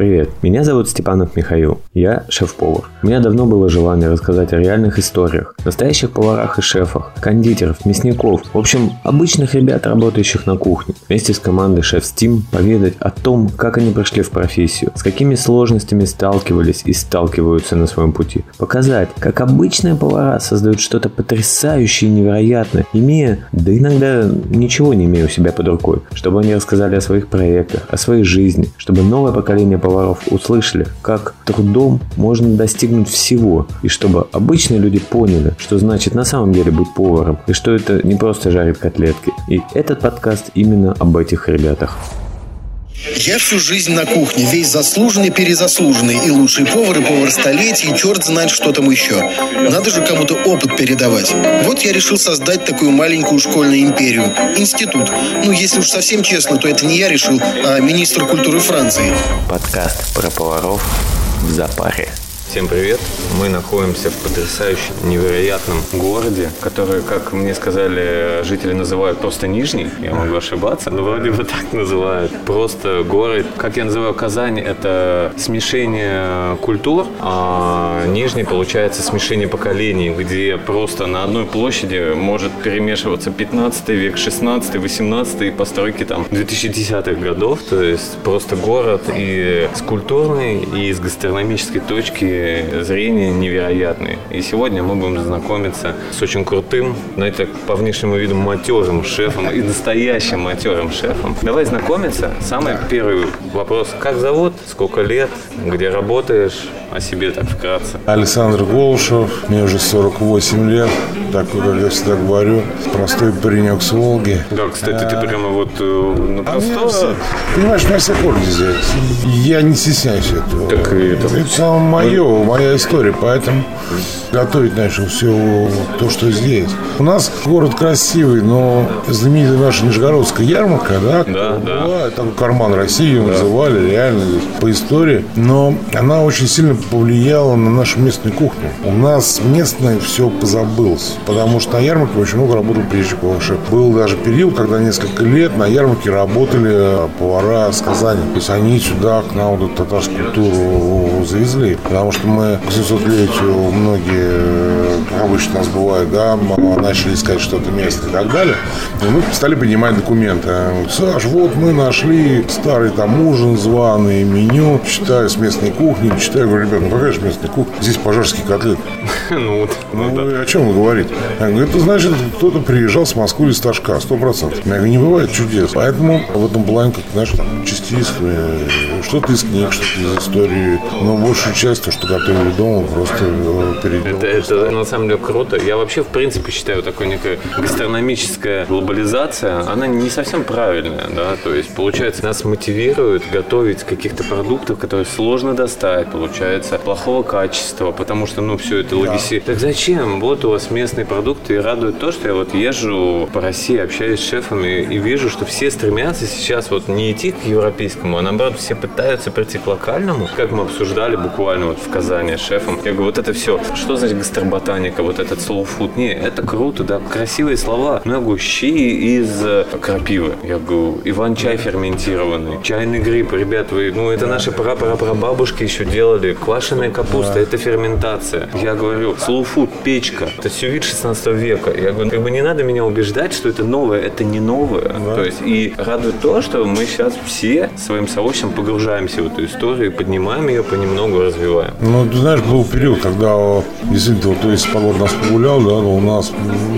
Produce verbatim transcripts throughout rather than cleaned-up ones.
Привет, меня зовут Степанов Михаил, я шеф-повар. У меня давно было желание рассказать о реальных историях, настоящих поварах и шефах, кондитеров, мясников, в общем, обычных ребят, работающих на кухне. Вместе с командой Chef's Team поведать о том, как они пришли в профессию, с какими сложностями сталкивались и сталкиваются на своем пути. Показать, как обычные повара создают что-то потрясающее и невероятное, имея, да иногда ничего не имея у себя под рукой, чтобы они рассказали о своих проектах, о своей жизни, чтобы новое поколение поваров услышали, как трудом можно достигнуть всего, и чтобы обычные люди поняли, что значит на самом деле быть поваром, и что это не просто жарить котлетки. И этот подкаст именно об этих ребятах. Я всю жизнь на кухне, весь заслуженный, перезаслуженный, и лучший повар, и повар столетий, и черт знает, что там еще. Надо же кому-то опыт передавать. Вот я решил создать такую маленькую школьную империю. Институт. Ну, если уж совсем честно, то это не я решил, а министр культуры Франции. Подкаст про поваров в запаре. Всем привет! Мы находимся в потрясающем, невероятном городе, который, как мне сказали, жители называют просто Нижний. Я могу ошибаться, но вроде бы так называют. Просто город. Как я называю Казань, это смешение культур, а Нижний, получается, смешение поколений, где просто на одной площади может перемешиваться пятнадцатый век, шестнадцатый, восемнадцатый постройки там две тысячи десятых годов. То есть просто город и с культурной, и с гастрономической точки зрения невероятные. И сегодня мы будем знакомиться с очень крутым, знаете, по внешнему виду матерым шефом и настоящим матерым шефом. Давай знакомиться. Самый первый вопрос. Как зовут? Сколько лет? Где работаешь? О себе так вкратце. Александр Голышев. Мне уже сорок восемь лет. Такой, как я всегда говорю, простой паренек с Волги. Да, кстати, ты прямо вот ну, просто... Понимаешь, меня все корни здесь. Я не стесняюсь этого. Так и это... Это самое мое, моя история. Поэтому готовить начал все то, что здесь. У нас город красивый, но знаменитая наша Нижегородская ярмарка, да? Да, да. Была, такой карман России ее да. называли, реально по истории. Но она очень сильно повлияла на нашу местную кухню. У нас местное все позабылось. Потому что на ярмарке очень много работал приезжих поваров. Был даже период, когда несколько лет на ярмарке работали повара с Казани. То есть они сюда к нам вот эту татарскую культуру завезли. Потому что мы к семисотлетию многие, как обычно у нас бывает, да, начали искать что-то местное и так далее. И мы стали поднимать документы. Саш, вот мы нашли старый там ужин званый, меню, читаю с местной кухни, читаю, говорю, ребят, ну какая же местная кухня? Здесь пожарские котлеты. Ну, о чем вы говорите? Я говорю, это значит, кто-то приезжал с Москвы или с Ташка, сто процентов. Я говорю, не бывает чудес. Поэтому в этом плане, как, знаешь, там, частично, что-то из книг, что-то из истории, но большую часть, то, что готовили дома, просто перейдем. Это, это на самом деле круто. Я вообще, в принципе, считаю, такая некая гастрономическая глобализация, она не совсем правильная, да, то есть, получается, нас мотивирует готовить каких-то продуктов, которые сложно достать, получается, плохого качества, потому что, ну, все это логистика. Да. Так зачем? Вот у вас местные продукты, и радует то, что я вот езжу по России, общаюсь с шефами и вижу, что все стремятся сейчас вот не идти к европейскому, а наоборот все пытаются прийти к локальному, как мы обсуждали буквально вот в Казани с шефом. Я говорю, вот это все, что значит гастроботаника, вот этот slow food? Не, это круто, да, красивые слова. Ну, я говорю, щи из крапивы. Я говорю, иван-чай ферментированный, чайный гриб, ребят, вы, ну, это наши пра-пра-пра-бабушки еще делали, квашеная капуста, да. Это ферментация. Я говорю, slow food, печка, это сювид шестнадцатого века. Я говорю, как бы не надо меня убеждать, что это новое, это не новое. Да. То есть, и радует то, что мы сейчас все своим сообществом погружаемся в эту историю, поднимаем ее, понемногу развиваем. Ну, ты знаешь, был период, когда действительно, вот, то есть погода нас погулял, да, но у нас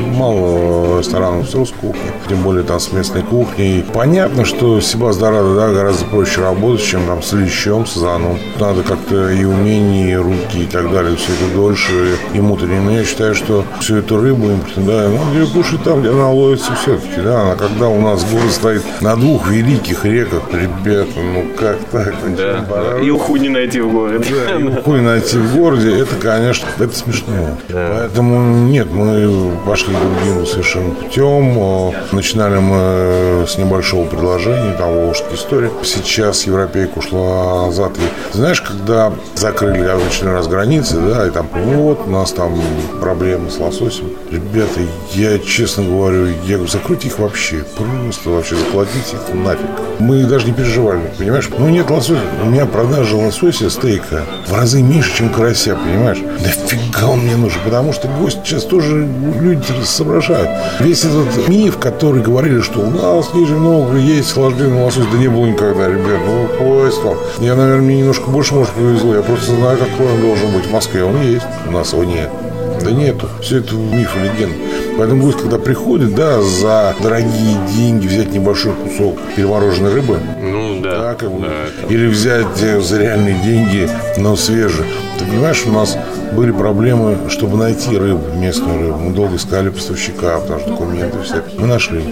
мало ресторанов с русской кухней, тем более там с местной кухней. Понятно, что Себас-Дорадо, да, гораздо проще работать, чем там с лещом, с заном. Надо как-то и умение, и руки, и так далее, все это дольше и муторнее. Но я считаю, что всю эту рыбу импортную, да, надо ее кушать там, где она ловится все-таки, да. А когда у нас город стоит на двух великих реках, ребята, ну как так? Да, да. И уху не найти в городе. Да, и уху такое найти в городе, это, конечно, это смешно. Да. Поэтому нет, мы пошли другим совершенно путем. Начинали мы с небольшого предложения, там волжская история. Сейчас европейка ушла назад. И, знаешь, когда закрыли в очередной раз границы, да, и там, вот, у нас там проблемы с лососем. Ребята, я честно говорю, я говорю, закройте их вообще. Просто вообще закладите их нафиг. Мы даже не переживали, понимаешь? Ну, нет лосося. У меня продажа лосося, стейка в разы меньше, чем карася, понимаешь? Да фига он мне нужен, потому что гость сейчас тоже люди соображают. Весь этот миф, который говорили, что у нас в Нижнем Новгороде есть охлажденный лосось, да не было никогда, ребят. Ну, хватит вам. Я, наверное, мне немножко больше, может, повезло. Я просто знаю, какой он должен быть. В Москве он есть, у нас его нет. Да нету. Все это миф и легенда. Поэтому гость, когда приходит, да, за дорогие деньги взять небольшой кусок перемороженной рыбы, ну да, да, как бы, да это... или взять за реальные деньги, но свежие. Ты понимаешь, у нас были проблемы, чтобы найти рыбу, местную рыбу. Мы долго искали поставщика, потому что документы все. Мы нашли.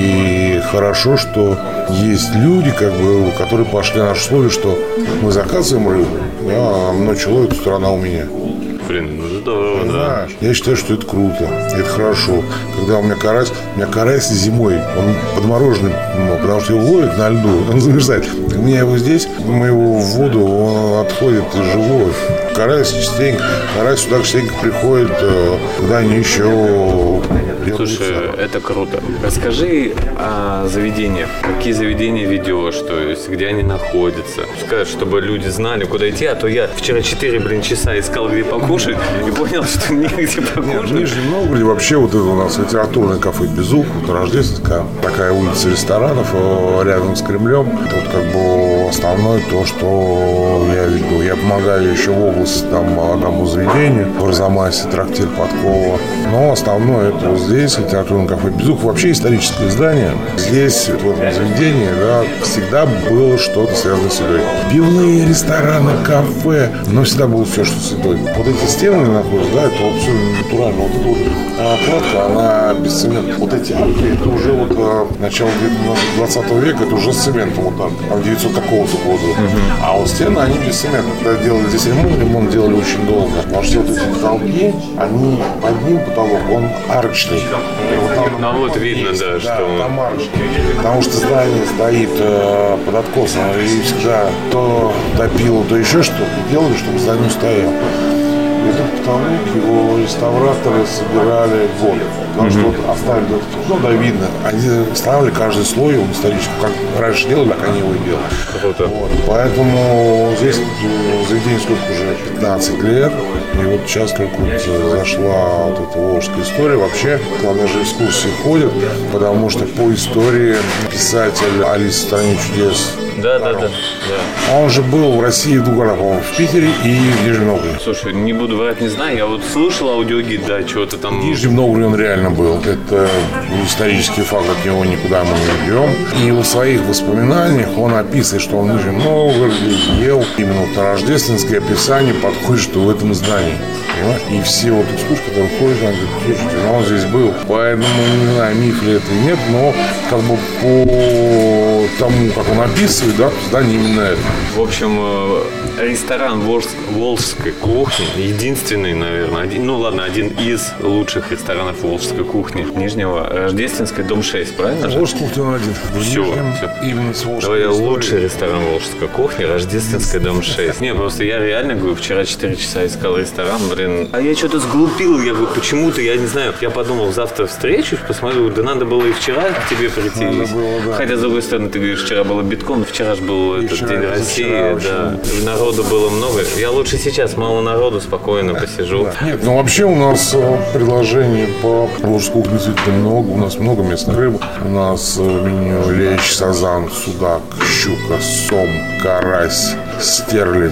И хорошо, что есть люди, как бы, которые пошли на наше условие, что мы заказываем рыбу, а ночью ловит сторона у меня. Блин, ну здорово, да. Я считаю, что это круто, это хорошо. Когда у меня карась, у меня карась зимой, он подмороженный, ну, потому что его ловят на льду, он замерзает. У меня его здесь, мы его в воду, он отходит живой. Карась частенько, карась сюда частенько приходит, когда они еще... Слушай, это круто. Расскажи о заведениях. Какие заведения ведешь, то есть где они находятся. Сказать, чтобы люди знали, куда идти. А то я вчера четыре, блин, часа искал, где покушать, и понял, что негде покушать. В Нижнем Новгороде вообще вот это у нас литературное кафе «Безух», вот Рождественская, такая улица ресторанов рядом с Кремлем. Это вот как бы основное то, что я веду. Я помогаю еще в области там одному заведению, в Арзамасе, трактир Подкова. Но основное это вот здесь. Здесь литературное кафе «Безух» вообще историческое здание. Здесь, в этом заведении, да, всегда было что-то связано с едой. Пивные, рестораны, кафе, но всегда было все, что с едой. Вот эти стены находятся, да, это вот все натурально. Вот эта вот а, кладка, она без цемента. Вот эти арки, это уже вот а, начало двадцатого века, это уже с цементом вот так, там девятьсот какого-то года. Uh-huh. А вот стены, они без цемента. Когда делали здесь ремонт, ремонт делали очень долго. Потому что вот эти потолки, они под ним потолок, он арочный. Вот там, ну вот видно, есть, да, да, что... Там арочный. Потому что здание стоит э, под откосом, и всегда то топило, то еще что-то делали, чтобы здание стояло. И этот потолок его реставраторы собирали год. Потому mm-hmm. что вот оставили, ну да, видно, они ставили каждый слой, он исторически, как раньше делали, так они его и делали. Вот. Поэтому здесь заведение сколько уже, пятнадцать лет. И вот сейчас только вот зашла вот эта волжская история. Вообще, там даже экскурсии ходят, потому что по истории писатель «Алиса в стране чудес». Да, да, да, да. Он же был в России двух городах, по-моему, в Питере и в Нижнем Новгороде. Слушай, не буду врать, не знаю, я вот слушал аудиогид, да, чего-то там... В Нижнем Новгороде он реально был. Это исторический факт, от него никуда мы не идем. И в своих воспоминаниях он описывает, что он в Нижнем Новгороде ел. Именно вот на рождественское описание подходит, что в этом здании. Понимаешь? И все вот экскурсии, которые ходят, они говорят, слушайте, ну он здесь был. Поэтому, не знаю, миф ли это или нет, но как бы по тому, как он описывает, да, здание именно это. В общем, ресторан волжской кухни, единственный, наверное, один, ну ладно, один из лучших ресторанов волжской кухни Нижнего, Рождественская, дом шесть, правильно же? Волжская кухня один. Все, все. Именно с волжской Давай, лучший ресторан волжской кухни, Рождественская, дом шесть. Не, просто я реально говорю, вчера четыре часа искал ресторан, блин. А я что-то сглупил, я говорю, почему-то, я не знаю. Я подумал, завтра встречусь, посмотрю, да надо было и вчера к тебе прийти. Надо было, да. Хотя, с другой стороны, ты говоришь, вчера было битком, вчера же был и этот День России, да. Очень... Народу было много. Я лучше сейчас, мало народу, спокойно да, посижу. Да. Нет, ну вообще у нас предложений по волжской кухне действительно много. У нас много местной рыбы. У нас меню лещ, сазан, судак, щука, сом, карась, стерлядь.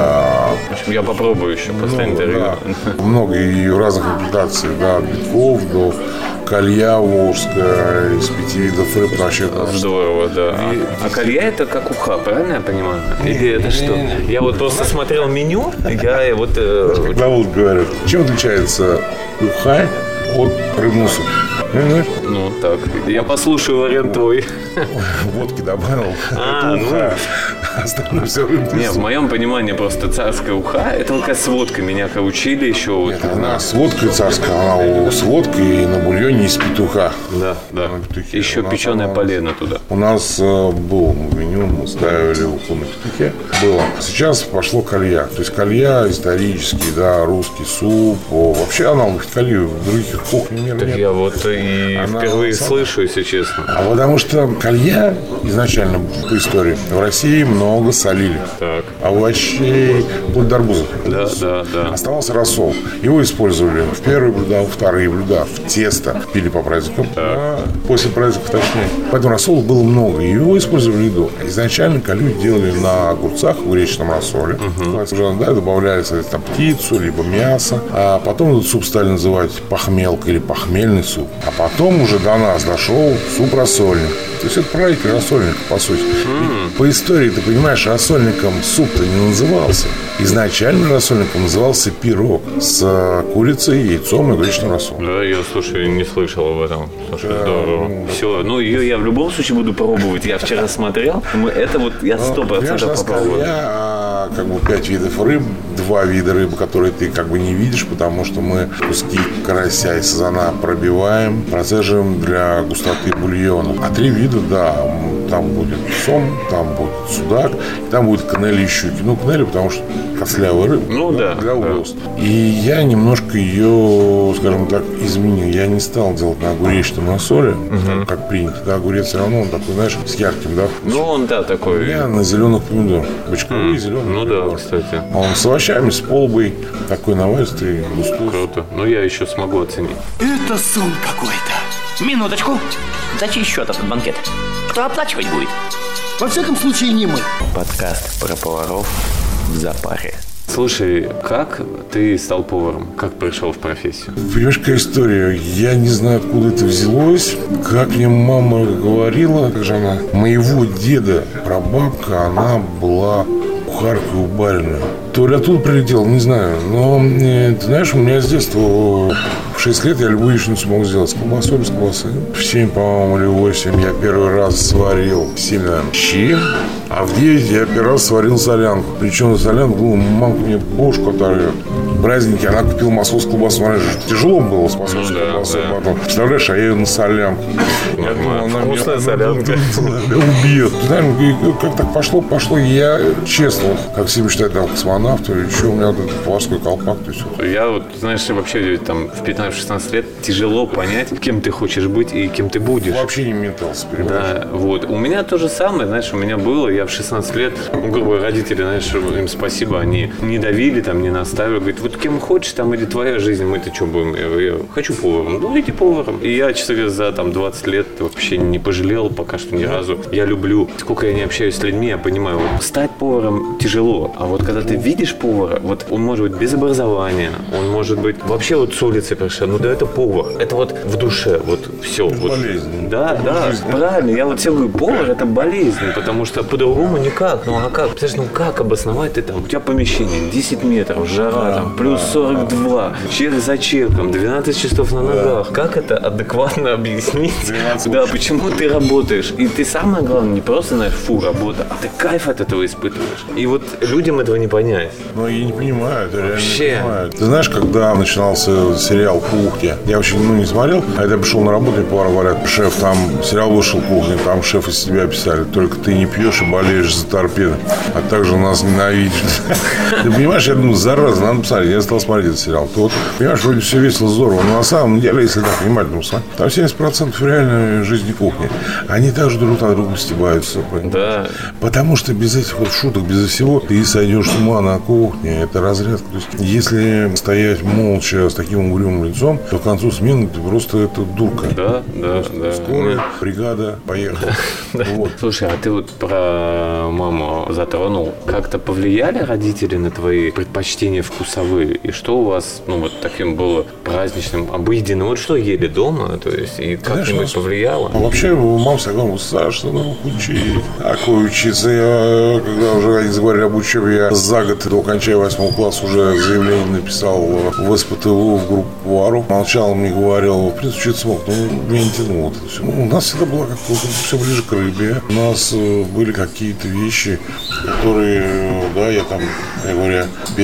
В общем, я попробую еще после интервью. Да. Много и разных интерпретаций, да, от битков до колья волжская, из пяти видов рыб. Вообще, здорово, да. И... А, а колья это как уха, правильно я понимаю? Или это что? Я вот просто смотрел меню, я вот... Когда вот говорят, чем отличается уха от рыбного супа? Понимаешь? Ну, так. Я послушаю вариант твой. Водки добавил. А, ну. Остальное все рыбное. Не, в моем понимании просто царская уха, это вот как с водкой меня учили еще. Вот, Нет, она с водкой царская, она с водкой и на бульоне из петуха. Да, да. Еще печеное полено туда. У нас э, был меню, мы ставили уху на петухе. Было. Сейчас пошло калья. То есть калья исторический, да, русский суп. О, вообще аналог кальи в других кухнях мира Так нет. я вот и Она впервые сама. слышу, если честно. А потому что калья изначально по истории в России много солили. Так. Овощей, вплоть до арбузов. Да, да, да. Оставался рассол. Его использовали в первые блюда, во вторые блюда, в тесто. Пили по праздникам. А после праздников точнее. Поэтому рассола было много. И его использовали в еду. Изначально калю делали на огурцах в греческом рассоле. Угу. Да, добавляли, соответственно, птицу, либо мясо. А потом этот суп стали называть похмелка или похмельный суп. А потом уже до нас дошел суп рассольник. То есть это правитель рассольника, по сути. Mm. По истории, ты понимаешь, рассольником суп-то не назывался. Изначально рассольником назывался пирог с курицей, яйцом и гречневым рассолом. Да, я, слушай, не слышал об этом. Слушай, да, здорово. Ну, все, ну ее я в любом случае буду пробовать. Я вчера смотрел, мы это вот я сто процентов попробую. Я как бы пять видов рыб, два вида рыбы, которые ты как бы не видишь, потому что мы куски карася и сазана пробиваем, процеживаем для густоты бульона. А три вида, да, там будет сом, там будет судак, и там будет канели и щуки. Ну, канели, потому что костлявая рыба, ну, да, для да. роста. И я немножко ее, скажем так, изменил. Я не стал делать на огуречном рассоле, угу. как принято. Да, огурец все равно он такой, знаешь, с ярким, да, вкусом. Ну, он, да, такой. Я на зеленых помидорах. Бочковые, mm. зеленые. Ну помидоры. да, кстати. Он с овощами, с полбой, такой наваристый, густой. Круто. Ну, я еще смогу оценить. Это сон какой-то. Минуточку. За чей счет этот банкет? Кто оплачивать будет? Во всяком случае, не мы. Подкаст про поваров в запаре. Слушай, как ты стал поваром? Как пришел в профессию? Понимаешь, какая история? Я не знаю, откуда это взялось. Как мне мама говорила, как же она, моего деда, прабабка, она была кухаркой у барина. То ли оттуда прилетел, не знаю. Но, ты знаешь, у меня с детства в шесть лет я любую яичницу мог сделать. С колбасой, без колбасы. В семь, по-моему, или восемь я первый раз сварил семена щи. А в девять я первый раз сварил солянку. Причем солянку было, мамка мне бошку оторвет. В празднике она купила московскую колбасу. Смотри, тяжело было с московской ну, колбасой. Да, да. Представляешь, а я ее на солянку. Я думал, она вкусная меня, солянка. Убьет. Ты знаешь, как так пошло, пошло. Я, честно, как все мечтают, там, космонавт или что, у меня вот этот поварской колпак. То есть, вот. Я вот, знаешь, вообще там в пятнадцать-шестнадцать лет тяжело понять, кем ты хочешь быть и кем ты будешь. Вообще не метался, понимаешь? Да, вот. У меня то же самое, знаешь, у меня было, я в шестнадцать лет, ну, грубо говоря, родители, знаешь, им спасибо, они не давили, там, не наставили, говорят, вот кем хочешь, там, или твоя жизнь, мы-то что будем? Я говорю, я хочу поваром. Ну, иди поваром. И я, честно говоря, за там двадцать лет вообще не пожалел пока что ни разу. Я люблю, сколько я не общаюсь с людьми, я понимаю, вот, стать поваром тяжело, а вот когда ты видишь повара, вот он может быть без образования, он может быть вообще вот с улицы пришел, ну да это повар, это вот в душе, вот все. Это вот. болезнь. Да, да, правильно, я вот все говорю, повар это болезнь, потому что по-другому никак, ну а как, представляешь, ну как обосновать ты там, у тебя помещение десять метров, жара да, там, плюс сорок два, да. чек за чеком, двенадцать часов на ногах, да. как это адекватно объяснить, да, почему ты работаешь, и ты самое главное, не просто знаешь, фу, работа, а ты кайф от этого испытываешь, и вот людям этого не понять. Ну, я не понимаю, это реально вообще. Не понимаю. Ты знаешь, когда начинался сериал «Кухня», я вообще ну, не смотрел, а я пришел на работу, и повар говорят, шеф, там сериал вышел «Кухня», там шеф из тебя писали, только ты не пьешь и болеешь за торпеды, а также нас ненавидишь. Ты понимаешь, я думаю, зараза, надо посмотреть. Я стал смотреть этот сериал. Вот, понимаешь, вроде все весело, здорово, но на самом деле, если так внимательно смотреть, там семьдесят процентов реальной жизни кухни. Они также друг на друга стебаются. Да. Потому что без этих вот шуток, без всего, ты сойдешь с ума на кухне. Это разрядка. То есть, если стоять молча с таким угрюмым лицом, то к концу смены ты просто это дурка. Да, да, да. Скорая, бригада, поехала. Вот. Слушай, а ты вот про маму затронул. Как-то повлияли родители на твои предпочтения вкусовые? И что у вас, ну, вот таким было праздничным, обыденным? Вот что ели дома? То есть, и как-нибудь повлияло? А вообще, мама всегда говорила, Саша, ну, учи. А какой учиться? Я, когда уже они заговорили об учебе, я за год лет до окончания восьмого класса уже заявление написал в эс пэ тэ вэ в группу поваров. Молчал, мне говорил, в принципе, учиться смог, но меня не тянуло. Ну, у нас всегда было как-то все ближе к рыбе. У нас были какие-то вещи, которые, да, я там, я говорю,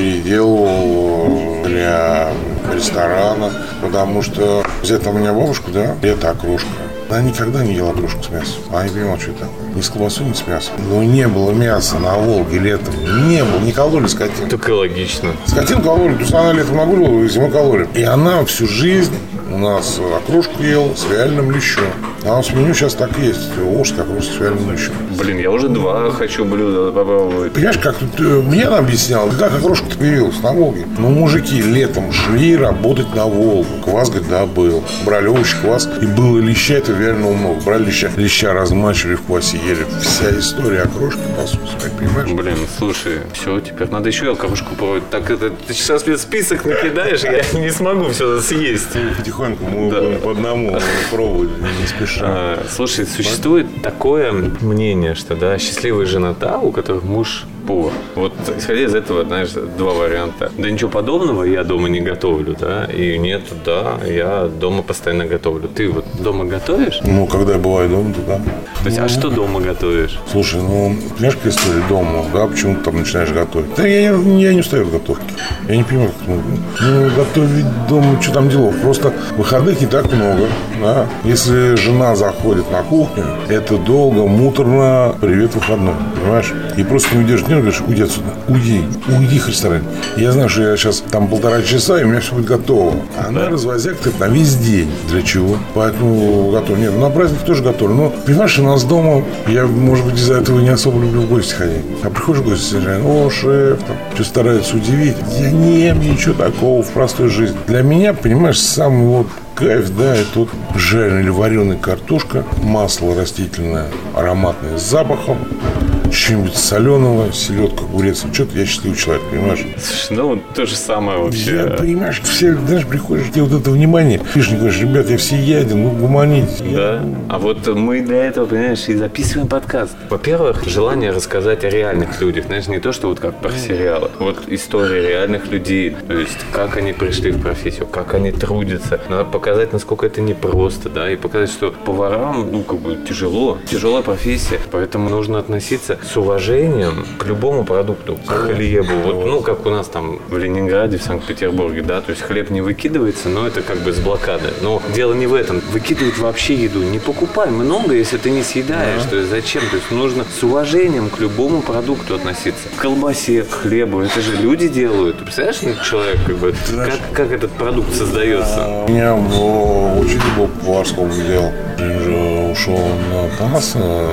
переделывал для ресторана, потому что взять там у меня бабушку, да, это окрошка. Она никогда не ела окрошку с мясом. Она не понимала, что это такое. Ни с колбасой, ни с мясом. Но не было мяса на Волге летом. Не было. Не кололи скотину. Так и логично. Скотину кололи. То есть она летом нагуливала, зимой кололи. И она всю жизнь у нас окрошку ела с вяленым лещом. А у нас в меню сейчас так и есть. Волжская окрошка с вяленым лещом. Блин, я уже два хочу блюда попробовать. Понимаешь, как тут, мне она объясняла, как окрошка-то появилась на Волге. Ну, мужики летом шли работать на Волгу. Квас, говорит, да, был. Брали овощи, квас. И было леща, это вяленого много. Брали леща. Леща размачивали в квасе, ели. Вся история окрошки, по сути, понимаешь? Блин, слушай, все, теперь надо еще окрошку пробовать. Так, это ты сейчас мне список накидаешь, я не смогу все съесть. Потихоньку мы да. по одному пробовали, не спеша. А, слушай, существует такое мнение, что да, счастливая жена та, у которых муж повар. Вот исходя из этого, знаешь, два варианта. Да ничего подобного, я дома не готовлю, да, и нет, да, я дома постоянно готовлю. Ты вот дома готовишь? Ну, когда я бываю дома, то да. То есть, ну, а что дома готовишь? Слушай, ну, понимаешь, какая история дома, да, почему ты там начинаешь готовить? Да я, я не устаю в готовке. Я не понимаю, как ну, ну, готовить дома, что там делов. Просто выходных не так много, да. Если жена заходит на кухню, это долго, муторно, привет, выходной, понимаешь? И просто не удержишь, не говоришь, уйди отсюда, уйди, уйди в ресторан. Я знаю, что я сейчас там полтора часа, и у меня все будет готово. А она развозяк на весь день. Для чего? Поэтому готов. Нет, на праздник тоже готовлю. Но, понимаешь, у нас дома, я, может быть, из-за этого не особо люблю в гости ходить. А приходишь в гости, о, шеф, там, что старается удивить. Я не ем ничего такого в простой жизни. Для меня, понимаешь, самый вот кайф, да, это вот жареная или вареная картошка, масло растительное, ароматное, с запахом, что-нибудь соленого, селедка, огурец. Что-то я счастливый человек, понимаешь? Слушай, ну, то же самое вообще. Я, понимаешь, все, знаешь, приходишь, тебе вот это внимание. Пишешь, не говоришь, ребят, я всеяден, ну, гуманитесь. Да, я... а вот мы для этого, понимаешь, и записываем подкаст. Во-первых, желание рассказать о реальных людях, знаешь, не то, что вот как про сериалы. Вот история реальных людей, то есть как они пришли в профессию, как они трудятся. Надо показать, насколько это непросто, да, и показать, что поварам, ну, как бы тяжело, тяжелая профессия, поэтому нужно относиться с уважением к любому продукту, к хлебу. Вот, ну, как у нас там в Ленинграде, в Санкт-Петербурге, да, то есть хлеб не выкидывается, но это как бы с блокады. Но дело не в этом. Выкидывать вообще еду. Не покупай много, если ты не съедаешь. Да. То есть зачем? То есть нужно с уважением к любому продукту относиться. К колбасе, к хлебу. Это же люди делают. Ты представляешь, ну, человек, как бы, как, как этот продукт создается? У меня учитель был поварского дела. Он уже ушел на ТАСС,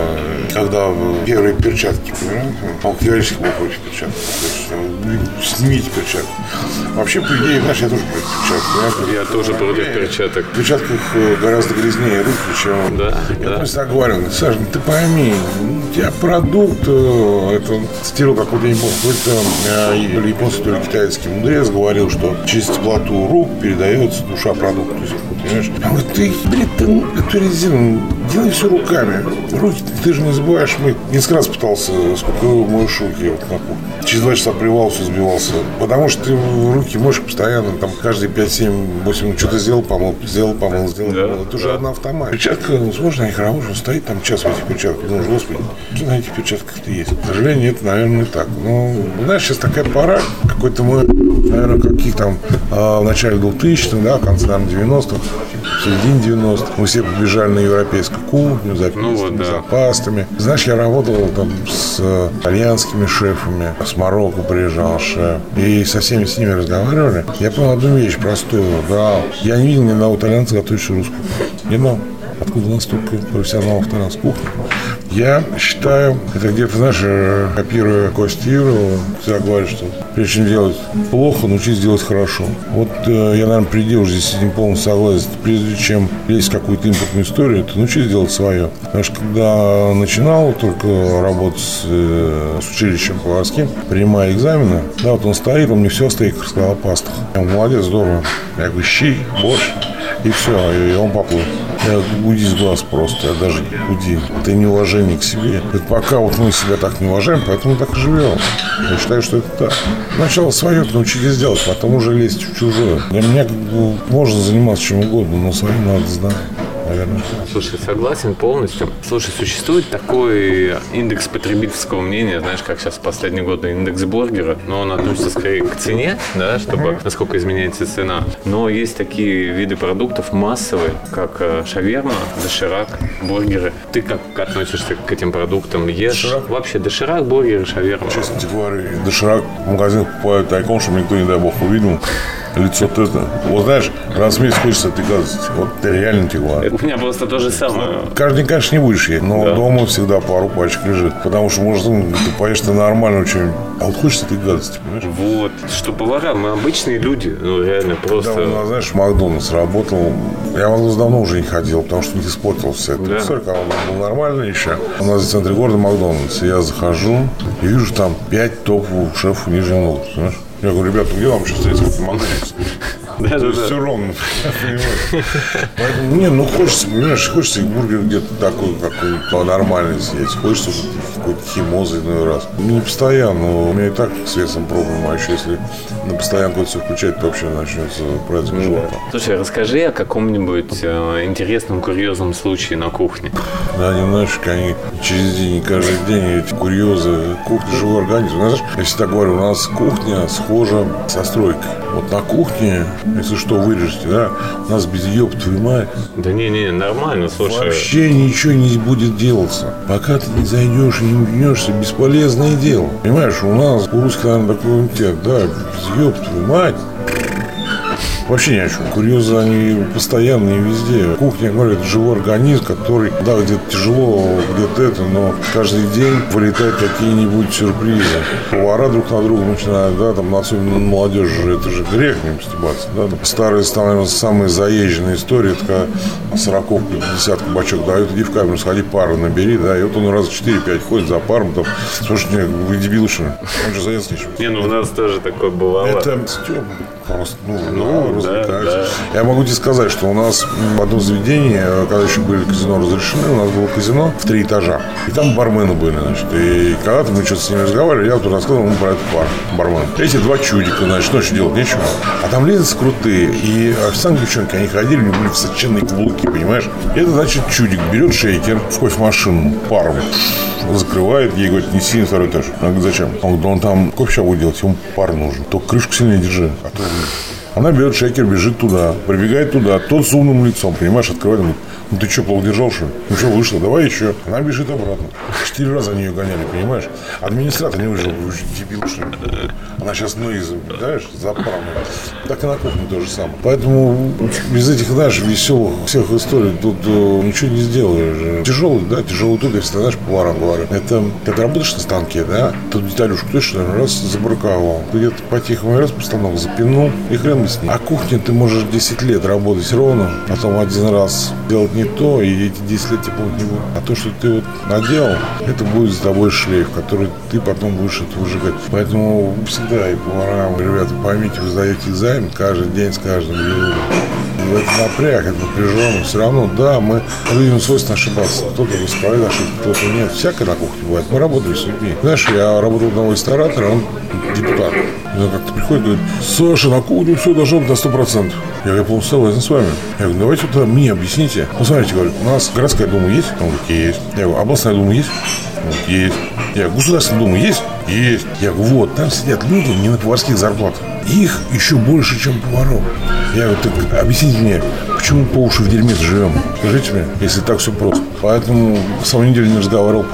когда первые перчатки, понимаете? Он категорически был против перчаток. То есть, снимите перчатки. Вообще, по идее, знаешь, я тоже против перчаток. Я, я тоже против перчаток. В перчатках гораздо грязнее руки, чем... Да, я да. просто так говорю, Саша, ну, ты пойми, у тебя продукт, это цитирую какой-то японский, японский, то ли китайский мудрец говорил, что через теплоту рук передается душа продукта. Понимаешь? А вот ты, блин, ты эту резину, делай все руками. Руки, ты же не забываешь, мы несколько раз пытался, сколько моешь руки вот на кухне. Через два часа плевался, сбивался. Потому что ты руки моешь постоянно, там каждые пять, семь, восемь, что-то сделал, помыл, сделал, помыл, сделал, да, помыл. Это уже да. Одна автомат. Перчатка, ну, сложно, они хорошие, стоит там час в этих перчатках. Думаешь, господи, что на этих перчатках-то есть? К сожалению, это, наверное, не так. Ну, знаешь, сейчас такая пора, какой-то мы, наверное, каких там а, в начале двухтысячных, да, в конце, наверное, девяностых, в середине девяностых. Мы все побежали на европейскую кухню, за пиццами, ну, вот, да. за пастами. Знаешь, я работал там с итальянскими шефами, с Марокко приезжал шеф, и со всеми с ними разговаривали. Я понял одну вещь простую, да, я не видел ни одного итальянца, готовящего русскую. Ни одного. Откуда у нас столько профессионалов итальянской кухни? Я считаю, это где-то, знаешь, копируя Костю Ивлева, всегда говорят, что прежде чем делать плохо, научись делать хорошо. Вот э, я, наверное, предел здесь с этим полностью согласен. Прежде чем лезть в какую-то импортную историю, ты научись делать свое. Потому что когда начинал только работать с, э, с училищем поварским, принимая экзамены, да, вот он стоит, он мне все о стейках рассказал о пастах. Я говорю, молодец, здорово. Я говорю, щи, борщ. И все, и он поплыл. Я уйди с глаз просто, я даже уйди. Это неуважение к себе. Это пока вот мы себя так не уважаем, поэтому так и живем. Я считаю, что это так. Сначала свое научились делать, потом уже лезть в чужое. Для меня как бы можно заниматься чем угодно, но свое надо знать. Наверное. Слушай, согласен полностью. Слушай, существует такой индекс потребительского мнения, знаешь, как сейчас в последние годы индекс бургера, но он относится скорее к цене, да, чтобы насколько изменяется цена. Но есть такие виды продуктов массовые, как шаверма, доширак, бургеры. Ты как относишься к этим продуктам? Ешь доширак? Вообще доширак, бургеры, шаверма? Честно тебе говорю, доширак в магазинах покупают тайком, чтобы никто, не дай бог, увидел. Лицо это. Вот знаешь, раз в месяц хочется этой гадости. Вот это реально тягла. У меня просто то же самое. Каждый день, конечно, не будешь есть, но да. Дома всегда пару пачек лежит. Потому что, может, ты поешь-то нормально что-нибудь. А вот хочется этой гадости, понимаешь? Вот. Что повара, мы обычные люди. Ну, реально, просто... Да, у нас, знаешь, Макдональдс работал. Я в Макдональдс давно уже не ходил, потому что не испортил все это. Да. Представляешь, когда он был нормальный еще. У нас в центре города Макдональдс. Я захожу и вижу там пять топовых шефов Нижнего Новгорода, понимаешь? Я говорю, ребята, где вам сейчас встретиться? Макдональдс. Да, да, да. Все ровно. Поэтому, не, ну хочется, понимаешь, хочется и бургер где-то такой, какой-то нормальный съесть. Хочется какой-то химозы иной раз. Не постоянно. У меня и так с весом проблема. А еще если на постоянку это все включать, то вообще начнется праздник живота. Слушай, расскажи о каком-нибудь э, интересном, курьезном случае на кухне. Да, они, знаешь, они через день, каждый день эти курьезы. Кухня живой организм. Знаешь, я всегда говорю, у нас кухня схожа со стройкой. Вот на кухне, если что, вырежете, да, у нас без ёб твою мать. Да не-не, нормально, слушай. Вообще ничего не будет делаться. Пока ты не зайдешь и не угнешься, бесполезное дело. Понимаешь, у нас, у русских, наверное, такой иммунитет, да, без ёб твою мать. Вообще ни о чем. Курьезы, они постоянные везде. Кухня, я говорю, это живой организм, который, да, где-то тяжело, где-то это, но каждый день вылетают какие-нибудь сюрпризы. Повара друг на друга начинают, да, там, особенно молодежи, это же грех не постебаться, да. Старые, наверное, самые заезженные истории, это когда сороковку, десятку бачок дают, иди в камеру, сходи пару набери, да, и вот он раз четыре-пять ходит за паром, там, слушай, не, вы дебилы, что ли? Он же заезд ничего. Не, ну у нас тоже такое бывало. Это стёб, просто, ну, ну да, да. Я могу тебе сказать, что у нас в одном заведении, когда еще были казино разрешены, у нас было казино в три этажа. И там бармены были, значит. И когда-то мы что-то с ними разговаривали, я вот рассказывал ему про этот бар, бармен. Эти два чудика, значит, ночью делать нечего. А там лезутся крутые. И официантки, девчонки, они ходили, у них были высоченные каблуки, понимаешь? И это, значит, чудик берет шейкер в кофемашину паром, закрывает, ей говорит, неси на второй этаж. Она говорит, зачем? Он говорит, да он там кофе сейчас будет делать, ему пар нужен. Только крышку сильнее держи. А то... Она берет шейкер, бежит туда, прибегает туда, тот с умным лицом, понимаешь, открывает, говорит, ну ты что, плохо держал, что ли? Ну что, вышло, давай еще. Она бежит обратно. Четыре раза они ее гоняли, понимаешь? Администратор не выжил, дебил, что ли? Она сейчас, ну, из, знаешь, заправная. Так и на кухне то же самое. Поэтому без этих, знаешь, веселых всех историй тут э, ничего не сделаешь. Тяжелый, да, тяжелый труд, я всегда, знаешь, поварам говорю. Это, когда работаешь на станке, да, тут деталюшку точно раз забраковал. Ты где-то по-тихому раз постановок запинул, и хрен с ним. А кухня ты можешь десять лет работать ровно, потом один раз делать не то, и эти десять лет тебе помнить не будут. А то, что ты вот наделал, это будет за тобой шлейф, который ты потом будешь это выжигать. Поэтому всегда и поварам, ребята, поймите, вы сдаете экзамен каждый день с каждым днем. Это напряг, это напряженно. Все равно, да, мы людям свойственно ошибаться. Кто-то исправляет ошибки, кто-то нет. Всякое на кухне бывает. Мы работали с людьми. Знаешь, я работал у одного ресторатора, он депутат. Он как-то приходит и говорит, Саша, на кухне все должно быть на сто процентов. Я говорю, я полностью согласен с вами. Я говорю, давайте вот мне объясните. Ну, смотрите, говорю, у нас городская дума есть? Он говорит, есть. Я говорю, областная дума есть? Он говорит, есть. Я говорю, государственная дума есть? Есть. Я говорю, вот, там сидят люди не на поварских зарплатах. Их еще больше, чем поваров. Я говорю, так объясните мне, почему по уши в дерьме живем? Скажите мне, если так все просто. Поэтому самую неделю не разговаривал.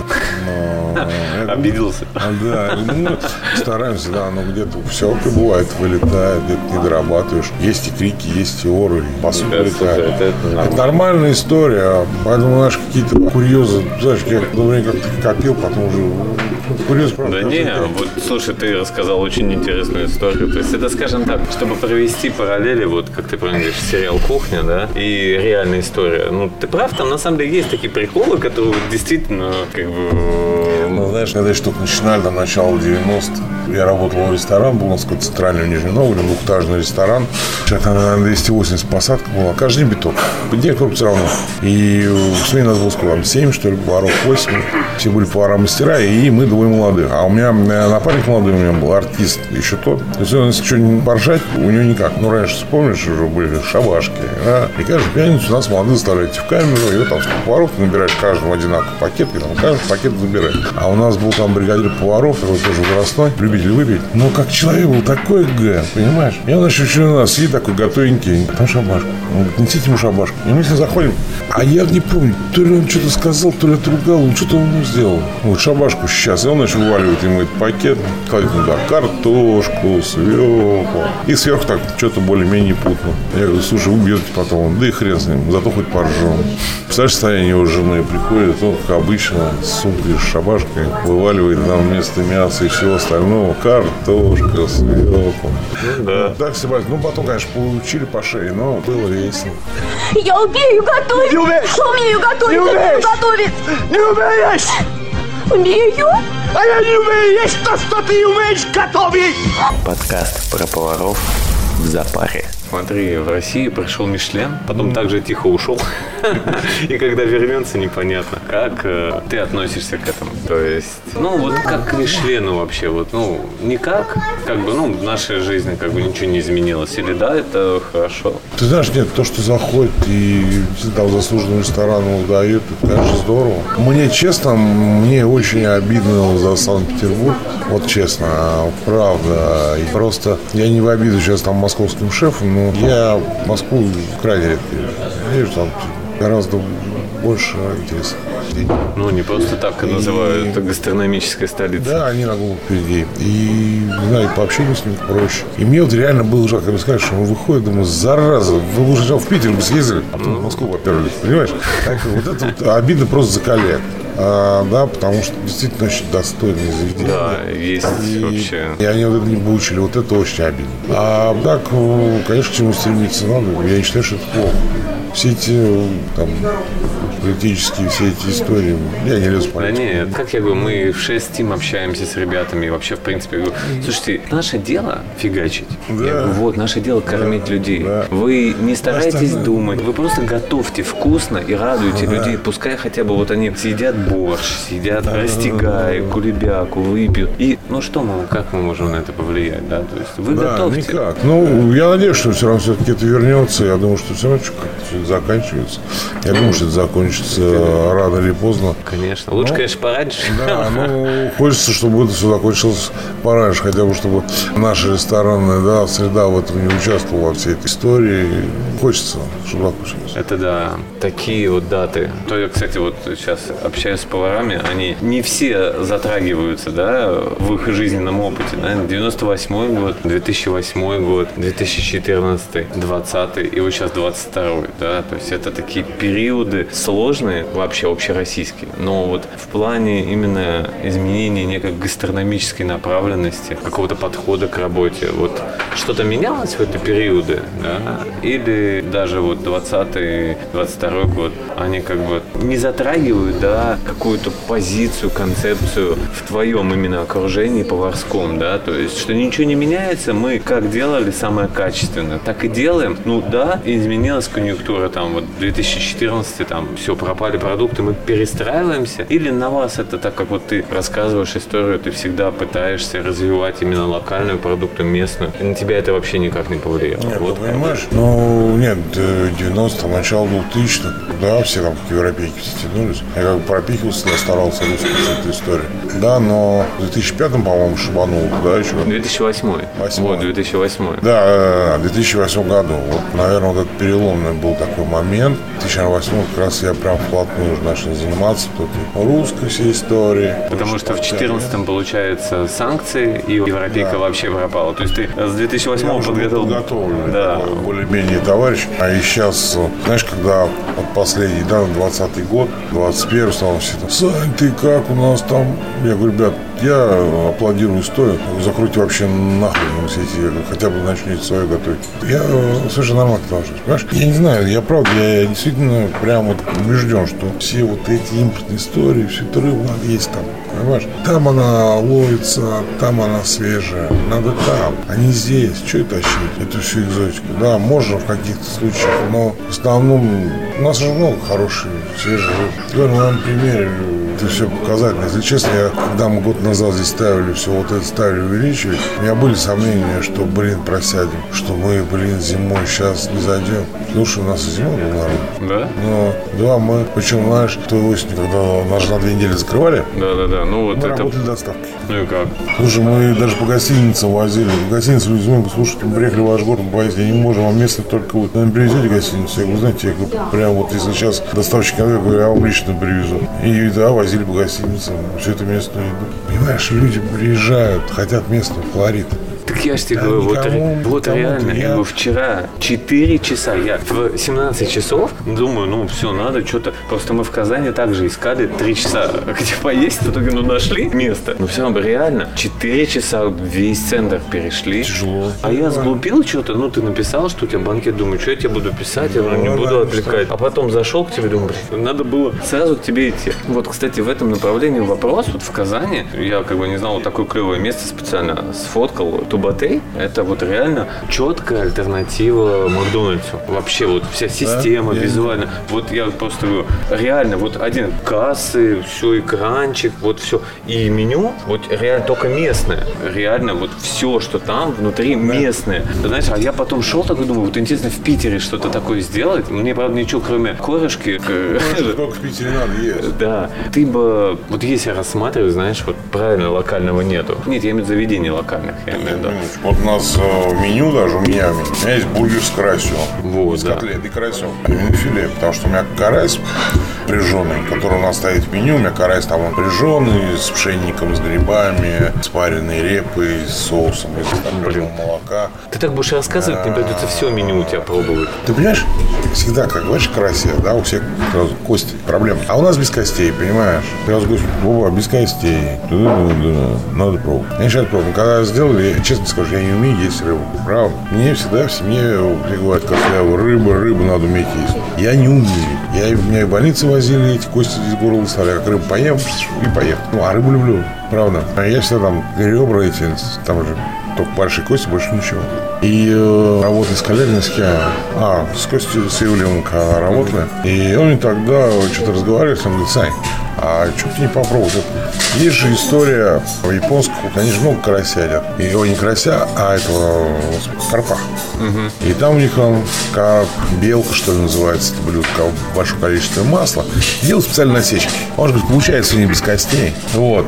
Обиделся. Да, ну, стараемся, да, но где-то все бывает, вылетает, где-то не дорабатываешь. Есть и крики, есть и оры, посуда летает. Это, это, это нормальная история, поэтому, знаешь, какие-то курьезы, знаешь, я одно время как-то копил, потом уже курьез, правда. Да не, вот, слушай, ты рассказал очень интересную историю. То есть это, скажем так, чтобы провести параллели, вот, как ты правильно говоришь, сериал «Кухня», да, и реальная история. Ну, ты прав, там на самом деле есть такие приколы, которые действительно, как бы... Ну, знаешь, когда еще только начинали, там, начало девяностых, я работал в ресторан, был у нас какой-то центральный в Нижнем Новгороде, двухэтажный ресторан. Сейчас там, наверное, двести восемьдесят посадка была. Каждый день биток. Директор все равно. И в смене нас было сколько? семь, что ли, поваров, восемь. Все были повара-мастера, и мы двое молодых. А у меня напарник молодой, у меня был артист еще тот. То есть, если что-нибудь поржать, у него никак. Ну, раньше, вспомнишь, уже были шабашки. Да? И каждую пятницу у нас молодые заставляете в камеру, и вот там сколько поваров, ты набираешь каждому одинаковый пакет, и там каждый пакет забираешь. А у нас был там бригадир поваров, такой тоже возрастной, любитель выпить. Но как человек был такой г, понимаешь? И он еще еще у нас сидит такой готовенький. Там шабашка. Он говорит, несите ему шабашку. И мы с ним заходим. А я не помню, то ли он что-то сказал, то ли отругал, он что-то он сделал. Вот шабашку сейчас. И он, значит, уваливает ему этот пакет, кладет туда картошку, свеклу. И сверху так что-то более-менее путно. Я говорю, слушай, убьете потом. Да и хрен с ним, зато хоть поржем. Представляешь, состояние его жены приходит, он, как обычно, с сумкой, с шабашкой, вываливает нам вместо мяса и всего остального картошка, свеклу. Да. Так, Себастьян, ну потом, конечно, получили по шее, но было весело. Я умею готовить! Не умеешь! Умею готовить! Не умеешь! Умею готовить! Не умеешь! Умею! А я не умею есть то, что ты умеешь готовить! Подкаст про поваров в запаре. Смотри, в России пришел Мишлен, потом также тихо ушел. И когда вернется, непонятно, как э, ты относишься к этому. То есть, ну, вот как к Мишлену вообще, вот, ну, никак, как бы, ну, в нашей жизни как бы ничего не изменилось. Или да, это хорошо. Ты знаешь, нет, то, что заходит и там заслуженным рестораном дают, это, конечно, здорово. Мне, честно, мне очень обидно за Санкт-Петербург. Вот честно, правда. И просто я не в обиду сейчас там московским шефам, но я в Москву крайне редко езжу, там гораздо больше интереса. Ну, не просто так и называют, это гастрономическая столица. Да, они на голову впереди. И, не знаю, по общению с ними проще. И мне вот реально было жалко, когда сказать, что он выходит, думаю, зараза, вы бы уже в Питер бы съездили, а потом в Москву поперлись, понимаешь? Так, вот это вот обидно просто за коллег. А, да, потому что действительно очень достойные заведения. Да, есть и, вообще. И они вот это не получили, вот это очень обидно. А так, конечно, к чему стремиться надо. Я не считаю, что это плохо. Все эти там политические, все эти истории, я не лезу в политику. Да нет, как я говорю, мы в шесть тим общаемся с ребятами, и вообще, в принципе, я говорю, слушайте, наше дело фигачить. Да. Я говорю, вот, наше дело кормить да. людей. Да. Вы не старайтесь Остальное. думать, вы просто готовьте вкусно и радуйте да. людей, пускай хотя бы вот они съедят борщ, съедят да. растягай, кулебяку, выпьют. И, ну что мы, как мы можем на это повлиять, да? То есть вы да, готовьте. Никак. Ну, я надеюсь, что все равно все-таки это вернется. Я думаю, что все равно как-то заканчивается. Я думаю, что это закончится рано или поздно. Конечно. Лучше, ну, конечно, пораньше. Да, ну, хочется, чтобы это все закончилось пораньше, хотя бы, чтобы наша ресторанная да, среда в этом не участвовала во всей этой истории. Хочется, чтобы закончилось. Это да, такие вот даты. То я, кстати, вот сейчас общаюсь с поварами, они не все затрагиваются, да, в их жизненном опыте. Да? девяносто восьмой год, две тысячи восьмой год, две тысячи четырнадцатый, двадцатый и вот сейчас двадцать второй, да, то есть это такие периоды сложные, вообще общероссийские, но вот в плане именно изменения некой гастрономической направленности, какого-то подхода к работе, вот что-то менялось в эти периоды, да, или даже вот двадцатый, двадцать второй год, они как бы не затрагивают, да, какую-то позицию, концепцию в твоем именно окружении поварском, да, то есть, что ничего не меняется, мы как делали самое качественное, так и делаем, ну да, изменилась конъюнктура, там, вот, две тысячи четырнадцатый, там, все, пропали продукты, мы перестраиваемся, или на вас это так, как вот ты рассказываешь историю, ты всегда пытаешься развивать именно локальную продукцию, местную, и на тебя это вообще никак не повлияло? Нет, вот, понимаешь, ну, нет, девяностых, начало двухтысячных, да, все там как европейки все тянулись, я как бы пропихивался, я старался русскую всю эту историю, да, но в две тысячи пятом, по-моему, шибанул, да, еще? две тысячи восьмой. Восьмой. Вот, две тысячи восьмой. Да, в две тысячи восьмом году, вот, наверное, вот этот переломный был такой момент, в две тысячи восьмом как раз я прям вплотную уже начал заниматься той русской всей историей. Потому что в две тысячи четырнадцатом, получается, санкции, и европейка да. вообще пропала. То есть ты с две тысячи восьмого подготовил... подготовленный, да. более-менее товарищ. А и сейчас, знаешь, когда вот последний, да, двадцатый год, двадцать первый, стало все там, Сань, ты как у нас там? Я говорю, ребят, я аплодирую стоя. Закройте вообще нахрен все эти, хотя бы начните свое готовить. Я совершенно нормально отношусь, понимаешь? Я не знаю, я правда, я действительно прям вот убежден, что все вот эти импортные истории, всю эту рыбу надо есть там, понимаешь? Там она ловится, там она свежая, надо там, а не здесь. Что это тащить? Это все экзотика. Да, можно в каких-то случаях, но в основном у нас же много хорошей, свежей рыбы. Говорю, на моем примере это все показательно. Если честно, я, когда мы год назад здесь ставили все вот это, ставили увеличивать, у меня были сомнения, что, блин, просядем, что мы, блин, зимой сейчас не зайдем. Слушай, у нас и зимой был нормально. Да? Но, да, мы, причем, знаешь, той осенью, когда нас же на две недели закрывали, да-да-да, ну вот мы это... работали доставки. Ну и как? Слушай, мы даже по гостиницам возили. В гостиницу люди звонят, слушайте, мы приехали в ваш город, мы поездили, не можем, вам место только вот. Наверное, привезете гостиницу? Я говорю, знаете, я говорю, прям вот если сейчас доставщик, я говорю, я вам лично привезу. И да, возили по гостиницам, все это местную еду. Понимаешь, люди приезжают, хотят местную Флорид. Так я же тебе Да, говорю, вот, никому, вот никому реально, я говорю, вчера четыре часа, я в семнадцать часов думаю, ну все, надо что-то, просто мы в Казани также искали три часа, где поесть, в итоге, ну, нашли место, но все равно реально, четыре часа весь центр перешли. Тяжело. А я сглупил что-то, ну, ты написал, что у тебя банкет, думаю, что я тебе буду писать, я говорю, не буду отвлекать, а потом зашел к тебе, думаю, блин, надо было сразу к тебе идти. Вот, кстати, в этом направлении вопрос, вот в Казани, я как бы не знал, вот такое клевое место специально сфоткал, Тубатей, это вот реально четкая альтернатива Макдональдсу. Вообще вот вся система, да? Визуально. Вот я просто говорю, реально вот один кассы, все, экранчик, вот все. И меню вот реально только местное. Реально вот все, что там внутри, да, местное. Ты знаешь, а я потом шел такой, думаю, вот интересно в Питере что-то такое сделать. Мне, правда, ничего кроме корышки. Сколько в Питере надо есть. Да. Ты бы, вот если рассматривать, знаешь, вот правильно локального нету. Нет, я имею в виду заведений локальных. Я имею в виду. Вот у нас э, в меню, даже у меня, у меня есть бургер с карасем. Вот, с да. котлетой и карасем. Именно филе, потому что у меня карась прижженный, который у нас стоит в меню. У меня карась там он прижженный, с пшенником, с грибами, с пареной репой, с соусом из топленого молока. Ты так будешь рассказывать, мне придется все меню у тебя пробовать. Ты понимаешь, всегда, как говоришь, карасе, да, у всех сразу кости, проблема. А у нас без костей, понимаешь? Сразу говорю, Вова, без костей. Надо пробовать. Я не сейчас пробую. Когда сделали, я честно скажу, я не умею есть рыбу. Правда? Мне всегда в семье говорят, как я рыба, рыбу надо уметь есть. Я не умею. Я, меня и в больнице возили, эти кости из горла выставляли. Как рыбу поем и поем. Ну, а рыбу люблю. Правда. А я всегда там ребра эти, там же только большие кости, больше ничего. И э, работали с Калягинским, а, с Костей, с Ивлевым работали. И он мне тогда что-то разговаривал, он говорит, Сань, а что ты не попробовал? Есть же история в японском, они же много карася едят. И его не карася, а этого карпа. Угу. И там у них он, как белка, что ли, называется, это блюдо, как большое количество масла. Делают специально насечки. Он же говорит, получается не без костей. Вот.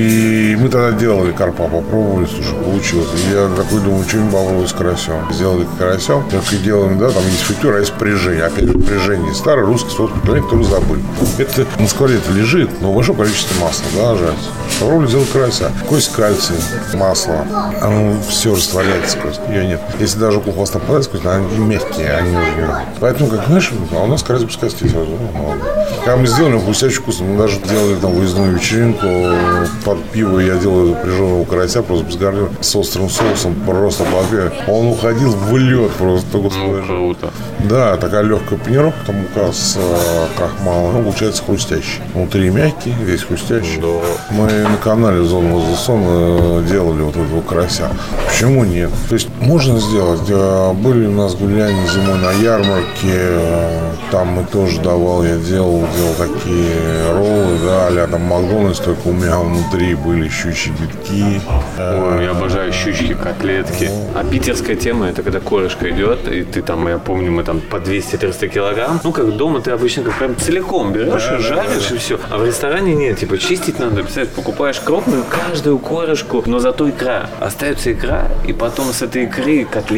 И мы тогда делали карпа, попробовали, слушай, получилось. И я такой думаю, что-нибудь попробовать с карасем. Сделали карасем, только делаем, да, там есть фритюра, а есть прижжение. Опять же, прижжение. Старый русский соус, который забыли. Это на сковородке лежит, но большое количество масла, да, жарится. Попробовали сделать карася. Кость кальций, масло. Оно все растворяется, кость. Ее нет. Если даже около хвоста попадается кость, они мягкие, они уже не работают. Поэтому, как знаешь, а у нас карась без костей сразу. Ну, когда мы сделали, хрустящий вкус, мы даже делали там выездную вечеринку под пиво. Я делал прижженного карася просто без гарнира, с острым соусом, просто под пиво. Он уходил в лед просто. Ну, круто. Да, такая легкая панировка, там мука с э, крахмалом, ну, получается хрустящий. Внутри мягкий, весь хрустящий. Да. Мы на канале Зона Лазасон делали вот этого карася. Почему нет? То есть можно сделать. Были у нас гуляния зимой на ярмарке, там мы тоже давал, я делал, делал такие роллы, да, а-ля там Макдональдс, только у меня внутри были щучьи битки. Ой, я обожаю щучки, котлетки. А питерская тема, это когда корышка идет, и ты там, я помню, мы там по двести-триста килограмм. Ну, как дома ты обычно как прям целиком берешь, да, и жаришь, да, да. И все. А в ресторане нет, типа чистить надо, представляешь, покупаешь крупную каждую корышку, но зато икра. Остается икра, и потом с этой икры котлетки.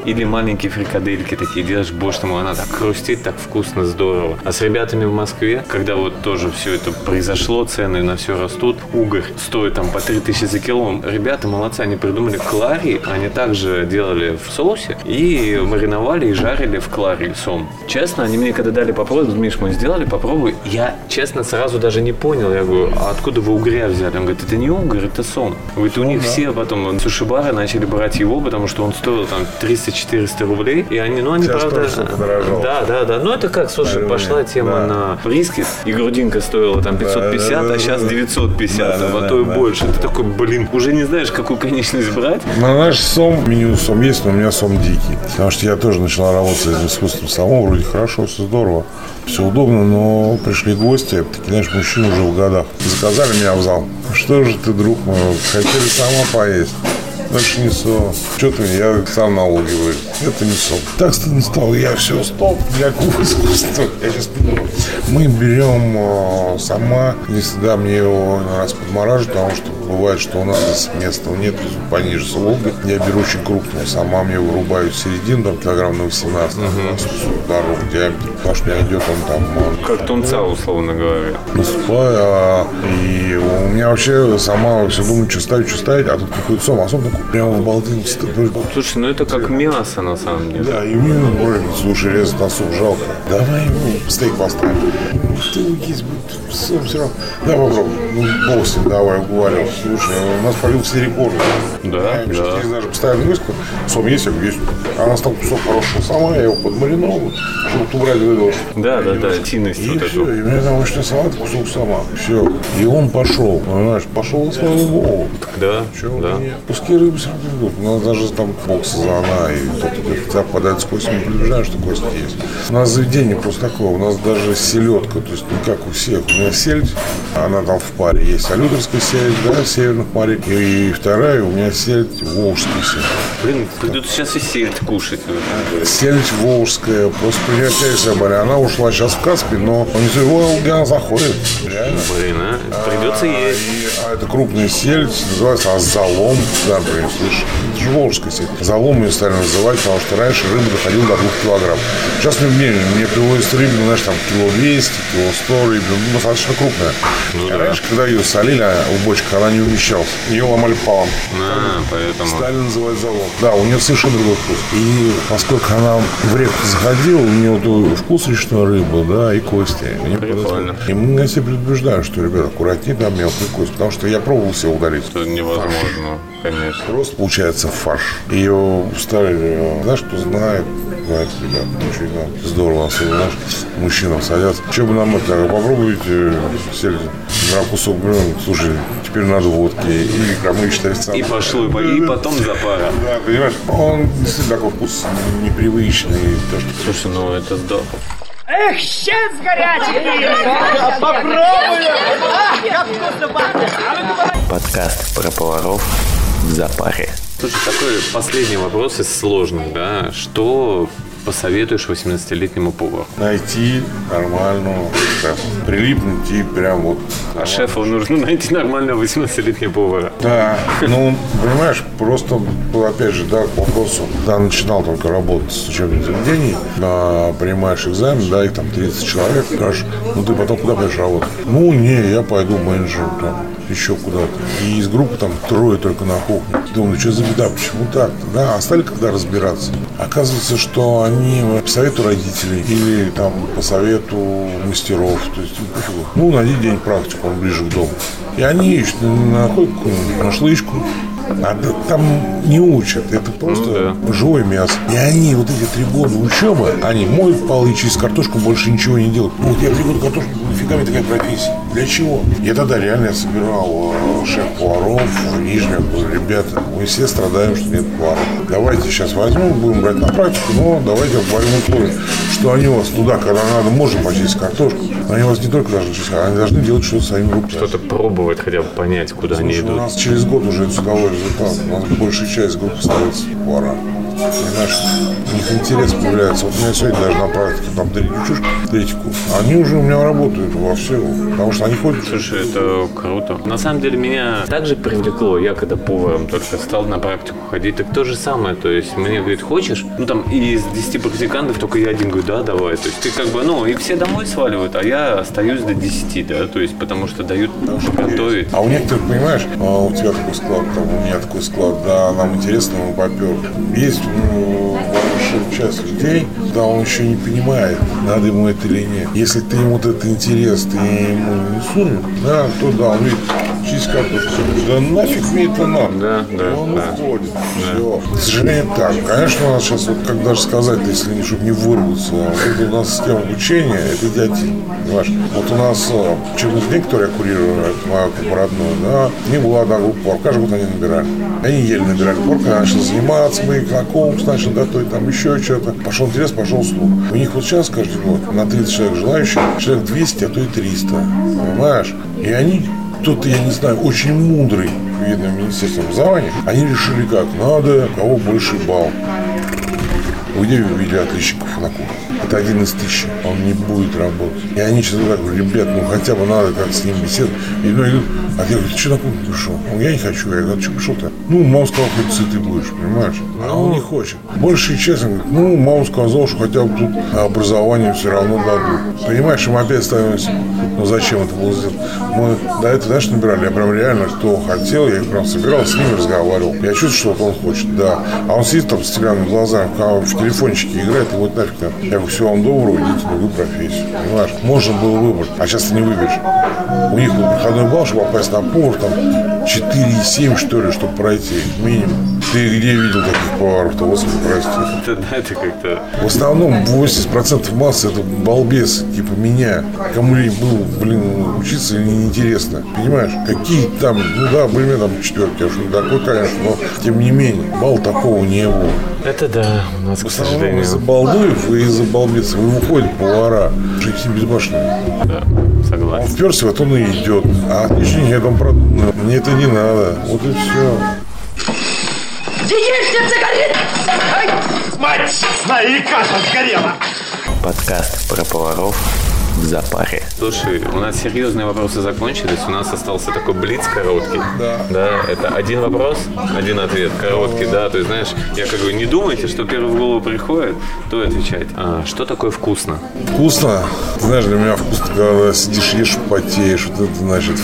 Или маленькие фрикадельки такие, делаешь, боже ты мой, она так хрустит, так вкусно, здорово. А с ребятами в Москве, когда вот тоже все это произошло, цены на все растут, угорь стоит там по три тысячи за кило. Ребята молодцы, они придумали клари, они также делали в соусе и мариновали и жарили в клари сом. Честно, они мне когда дали попробовать, Миш, мы сделали, попробуй. Я, честно, сразу даже не понял. Я говорю, а откуда вы угря взяли? Он говорит, это не угорь, это сом. Говорит, у них да. все потом суши-бары начали брать его, потому что он стоил там триста-четыреста рублей. И они, ну они сейчас правда... Да, да, да. Ну это как, слушай, Наверное, пошла тема да. на брискет, и грудинка стоила там пятьсот пятьдесят, да, да, а сейчас девятьсот пятьдесят, да, а да, то и да, больше. Да. Ты такой, блин, уже не знаешь, какую конечность брать. На наш сом, меню сом есть, но у меня сом дикий. Потому что я тоже начала работать с искусством самого, вроде хорошо, все здорово, все удобно, но пришли гости, такие, знаешь, мужчины уже в годах. Заказали меня в зал. Что же ты, друг мой, хотели сама поесть? Дальше не сом. Что-то я сам налоги вырежу. Это не сом. Так стыдно стало. Я все, стоп, для куба искусства. Я сейчас подумал. Мы берем э, сама. Не всегда мне его на раз подмораживают, потому что бывает, что у нас здесь места нет, пониже с Волгой. Я беру очень крупную. Сама мне вырубаю в середину, там килограмм на восемнадцать. Угу. Дорогу, диаметр. Потому что у меня идет он там... Как тунца, условно говоря. Наступаю, а, и у меня вообще сама все думаю, что ставить, что ставить, а тут приходит сом, а сом такой прямо обалденный. Слушай, ну это как мясо на самом деле. Да, и мне, блин, слушай, резать на суп жалко. Давай ему стейк поставим. Ты есть будет, сом все равно. Да, попробуй. Ну, бог с ним, давай, уговаривал. Слушай, у нас полил все рекорды. Да, я, да. Я даже поставил миску, сом есть, я говорю, есть. А у нас там кусок хорошего сома, я его подмариновал, чтобы убрать выдал. Да, да, да, тинность и вот все, эту. И у меня там очень салат, кусок сома. Все. И он пошел, понимаешь, пошел с моего голову. Да, Чего да. Куски рыбы все равно идут. У нас даже там бокс зона, и кто-то хотя бы подает с костью, мы предупреждаем, что кости есть. У нас заведение просто такое, у нас даже селедка, то есть не как у всех. У меня сельдь, она там в паре есть. Алюторская сельдь, да, северных морей. И вторая у меня сельдь, волжская сельдь. Блин, придут сейчас и сельдь кушать. Сельдь волжская, просто приезжай собрали. Она ушла сейчас в Каспий, но он не Волги она заходит. Реально. Блин, а? Придется а, есть. И, а это крупная сельдь, называется азалом. Да, блин, слышишь. Это же волжская сельдь. Залом ее стали называть, потому что раньше рыба доходила до двух килограмм. Сейчас мне, мне, мне привозят рыбу, знаешь, там кило двести, кило сто рыбы, ну, достаточно крупная. Ну, а да. Раньше, когда ее солили в бочках, она не умещалась. Ее ломали пополам. А, поэтому. Стали называть залом. Да, у нее совершенно другой вкус. И поскольку она в реку заходила, у нее вот вкус речной рыбы, да, и кости. Прикольно. И мы на себя предупреждаем, что, ребята, аккуратнее там мелкую кость, потому что я пробовал все удалить. Это невозможно, конечно. Просто получается фарш. Ее ставили, знаешь, кто знает, знает, ребята, ничего не знаю. Здорово, особенно, знаешь, мужчинам садятся. Что бы нам это, попробуйте сельдь на кусок, блин, слушай, теперь надо водки, и кому считать сам. И пошло, и потом за пара. Да, понимаешь, он действительно такой вкус непривычный. То, что... Слушай, ну это здорово. Эх, щец горячий! Попробуем! Как вкусно пахнет! Подкаст про поваров в запаре. Слушай, такой последний вопрос из сложных, да? Что посоветуешь восемнадцатилетнему повару? Найти нормального шефа. Прилипнуть и прям вот... А шефу нужно найти нормального восемнадцатилетнего повара. Да, ну, понимаешь, просто, опять же, да, к вопросу. Когда начинал только работать с учебным заведением, да, принимаешь экзамен, да, их там тридцать человек, скажешь, ну, ты потом куда пойдешь работать? Ну, не, я пойду менеджером там, еще куда-то. И из группы там трое только на кухне. Думаю, ну, что за беда, почему так? Да, а стали когда разбираться. Оказывается, что они по совету родителей или там по совету мастеров, то есть, ну, найди день практику, он ближе к дому. И они ищут, находят какую-нибудь нашлычку. А там не учат, это просто ну, да. живое мясо. И они вот эти три года учебы, они моют полы, через картошку больше ничего не делают. Ну, вот я три года картошку, нафига мне такая профессия? Для чего? Я тогда реально собирал шеф-поваров в Нижнем. Говорю, ребята, мы все страдаем, что нет поваров. Давайте сейчас возьмем, будем брать на практику, но давайте возьмем условие, что они вас туда, когда надо, можно почистить картошку. Но они вас не только должны чистить, они должны делать что-то своими руками. Что-то пробовать, хотя бы понять, куда Слушай, они идут. У нас через год уже судовой результат. У нас большая часть группы становится повара. Понимаешь, у них интерес появляется. Вот у меня сегодня даже на практике там три девчушки, третий курс. Они уже у меня работают во все, потому что они ходят. Слушай, это круто. На самом деле меня также привлекло. Я когда поваром только стал на практику ходить, так то же самое. То есть мне говорит, хочешь? Ну там из десяти практикантов только я один говорю, да, давай. То есть ты как бы, ну, и все домой сваливают, а я остаюсь до десяти, да, то есть потому что дают готовить. А у некоторых, понимаешь, а у тебя такой склад, там, у меня такой склад, да, нам интересно, мы попер. Есть ну, большая часть людей, да, он еще не понимает, надо ему это или нет. Если ты ему вот это интерес, ты ему не сунешь, да, то да, он видит, чисть картошку, да нафиг мне это надо. Да, да, и он да. уходит. Да. Все. К сожалению, так. Конечно, у нас сейчас, вот как даже сказать, если чтобы не вырваться, вот это у нас система обучения, это идиотия. Понимаешь? Вот у нас учебный день, который я курирую, это моя как родная, да, не была одна группа порка, каждый год они набирали. Они еле набирали порка, я начал заниматься, мы знакомы, начал готовить там еще что-то. Пошел интерес, пошел слух. У них вот сейчас каждый год на тридцать человек желающих, человек двести, а то и триста. Понимаешь? И они, кто-то, я не знаю, очень мудрый, видно, Министерство образования, они решили как, надо, у кого больше балл. Где вы видели отличников на кухне? Это один из тысячи. Он не будет работать. И они сейчас так говорят, ребят, ну хотя бы надо как с ним беседовать. И ну, идут, а я говорю, ты что на кухню пришел? Он, я не хочу. Я говорю, а что пришел-то? Ну, мама сказала, хоть сытый будешь, понимаешь? А он не хочет. Больше и честно говорит, ну, мама сказала, что хотя бы тут образование все равно дадут. Понимаешь, мы опять ставимся, ну зачем это было сделано? Мы до этого, знаешь, набирали. Я прям реально, кто хотел, я их прям собирал, с ними разговаривал. Я чувствую, что он хочет, да. А он сидит там с стеклянными глазами, в телефончике играет, и вот нафиг там. Я говорю, всего вам доброго, идите на другую профессию. Понимаешь? Можно было выбрать, а сейчас ты не выберешь. У них вот проходной балл, чтобы попасть на повар, там четыре и семь, что ли, чтобы пройти, минимум. Ты где видел таких поваров-то, господи, прости. Это, да, это как-то... В основном восемьдесят процентов массы это балбесы, типа меня. Кому-нибудь было, блин, учиться неинтересно. Понимаешь? Какие там, ну да, были у меня там четверки, я уж не такой, конечно, но тем не менее, балл такого не было. Это да, у нас, В к основном сожалению. из-за балдуев и из-за балбесов и выходят повара. Жить все безбашенные. Да, согласен. Он вперся в это, он и идет. А отлично, нет, он правда, мне это не надо. Вот и все. Яичница горит! Ай, мать, моя каша сгорела! Подкаст про поваров в запаре. Слушай, у нас серьезные вопросы закончились. У нас остался такой блиц короткий. Да. Да, это один вопрос, один ответ. Короткий, да. То есть, знаешь, я как бы не думайте, что первый в голову приходит, то и отвечать. А, что такое вкусно? Вкусно? Ты знаешь, для меня вкусно, когда сидишь, ешь, потеешь. Вот это значит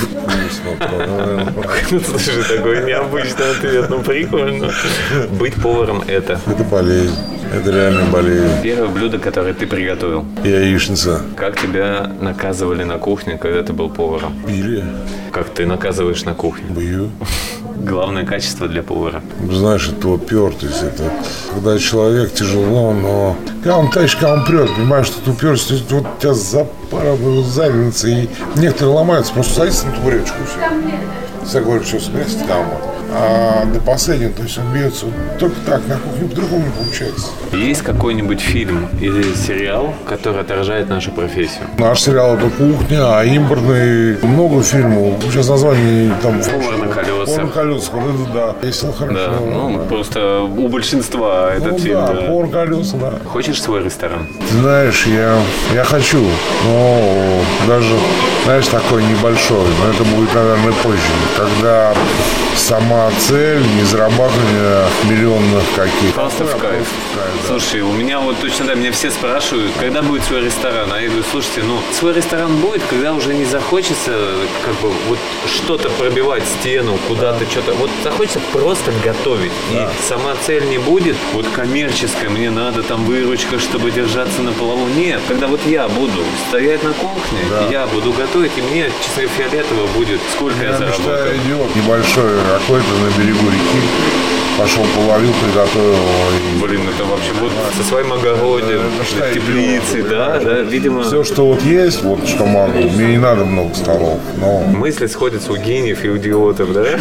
вкусно. Ну, слушай, такой необычный ответ, ну прикольно. Быть поваром это. Это болезнь. Это реально болезнь. Первое блюдо, которое ты приготовил. Яичница. Как тебя наказывали на кухне, когда ты был поваром? Били. Как ты наказываешь на кухне? Бью. Главное качество для повара. Знаешь, это упертость. Это когда человек тяжело, но когда он тащит, когда он прет, понимаешь, что ты уперся, вот у тебя запара задница, и некоторые ломаются, просто садится на табуреточку, все. Все говорят, что собирайся там вот. А до последнего, то есть он бьется вот только так, на кухне по-другому не получается. Есть какой-нибудь фильм или сериал, который отражает нашу профессию? Наш сериал это кухня, а импортный много фильмов. Сейчас название там... «Повар на колесах». «Повар на колесах», вот это да. Если хорошо. Да, ну да. просто у большинства этот Ну фильм. да, Да. «Повар на колесах», да. Хочешь свой ресторан? Ты знаешь, я, я хочу, но даже, знаешь, такой небольшой, но это будет, наверное, позже, когда сама цель не зарабатывание миллионных каких-то. Просто в кайф. Слушай, у меня вот точно да, меня все спрашивают, когда будет свой ресторан, а я говорю, слушайте, ну, свой ресторан будет, когда уже не захочется как бы вот что-то пробивать стену, куда-то что-то, вот захочется просто готовить, и сама цель не будет, вот коммерческая, мне надо там выручка, чтобы держаться на плаву, нет, когда вот я буду стоять на кухне, да. Я буду готовить, и мне, честно говоря, фиолетово будет, сколько я, я заработаю. Идет небольшой какой-то на берегу реки, пошел половил, приготовил. И... Блин, это вообще вот со своим огородом, да, теплицы, да, да, видимо. Все, что вот есть, вот что могу, мне не надо много столов, но... Мысли сходятся у гениев и у идиотов, да?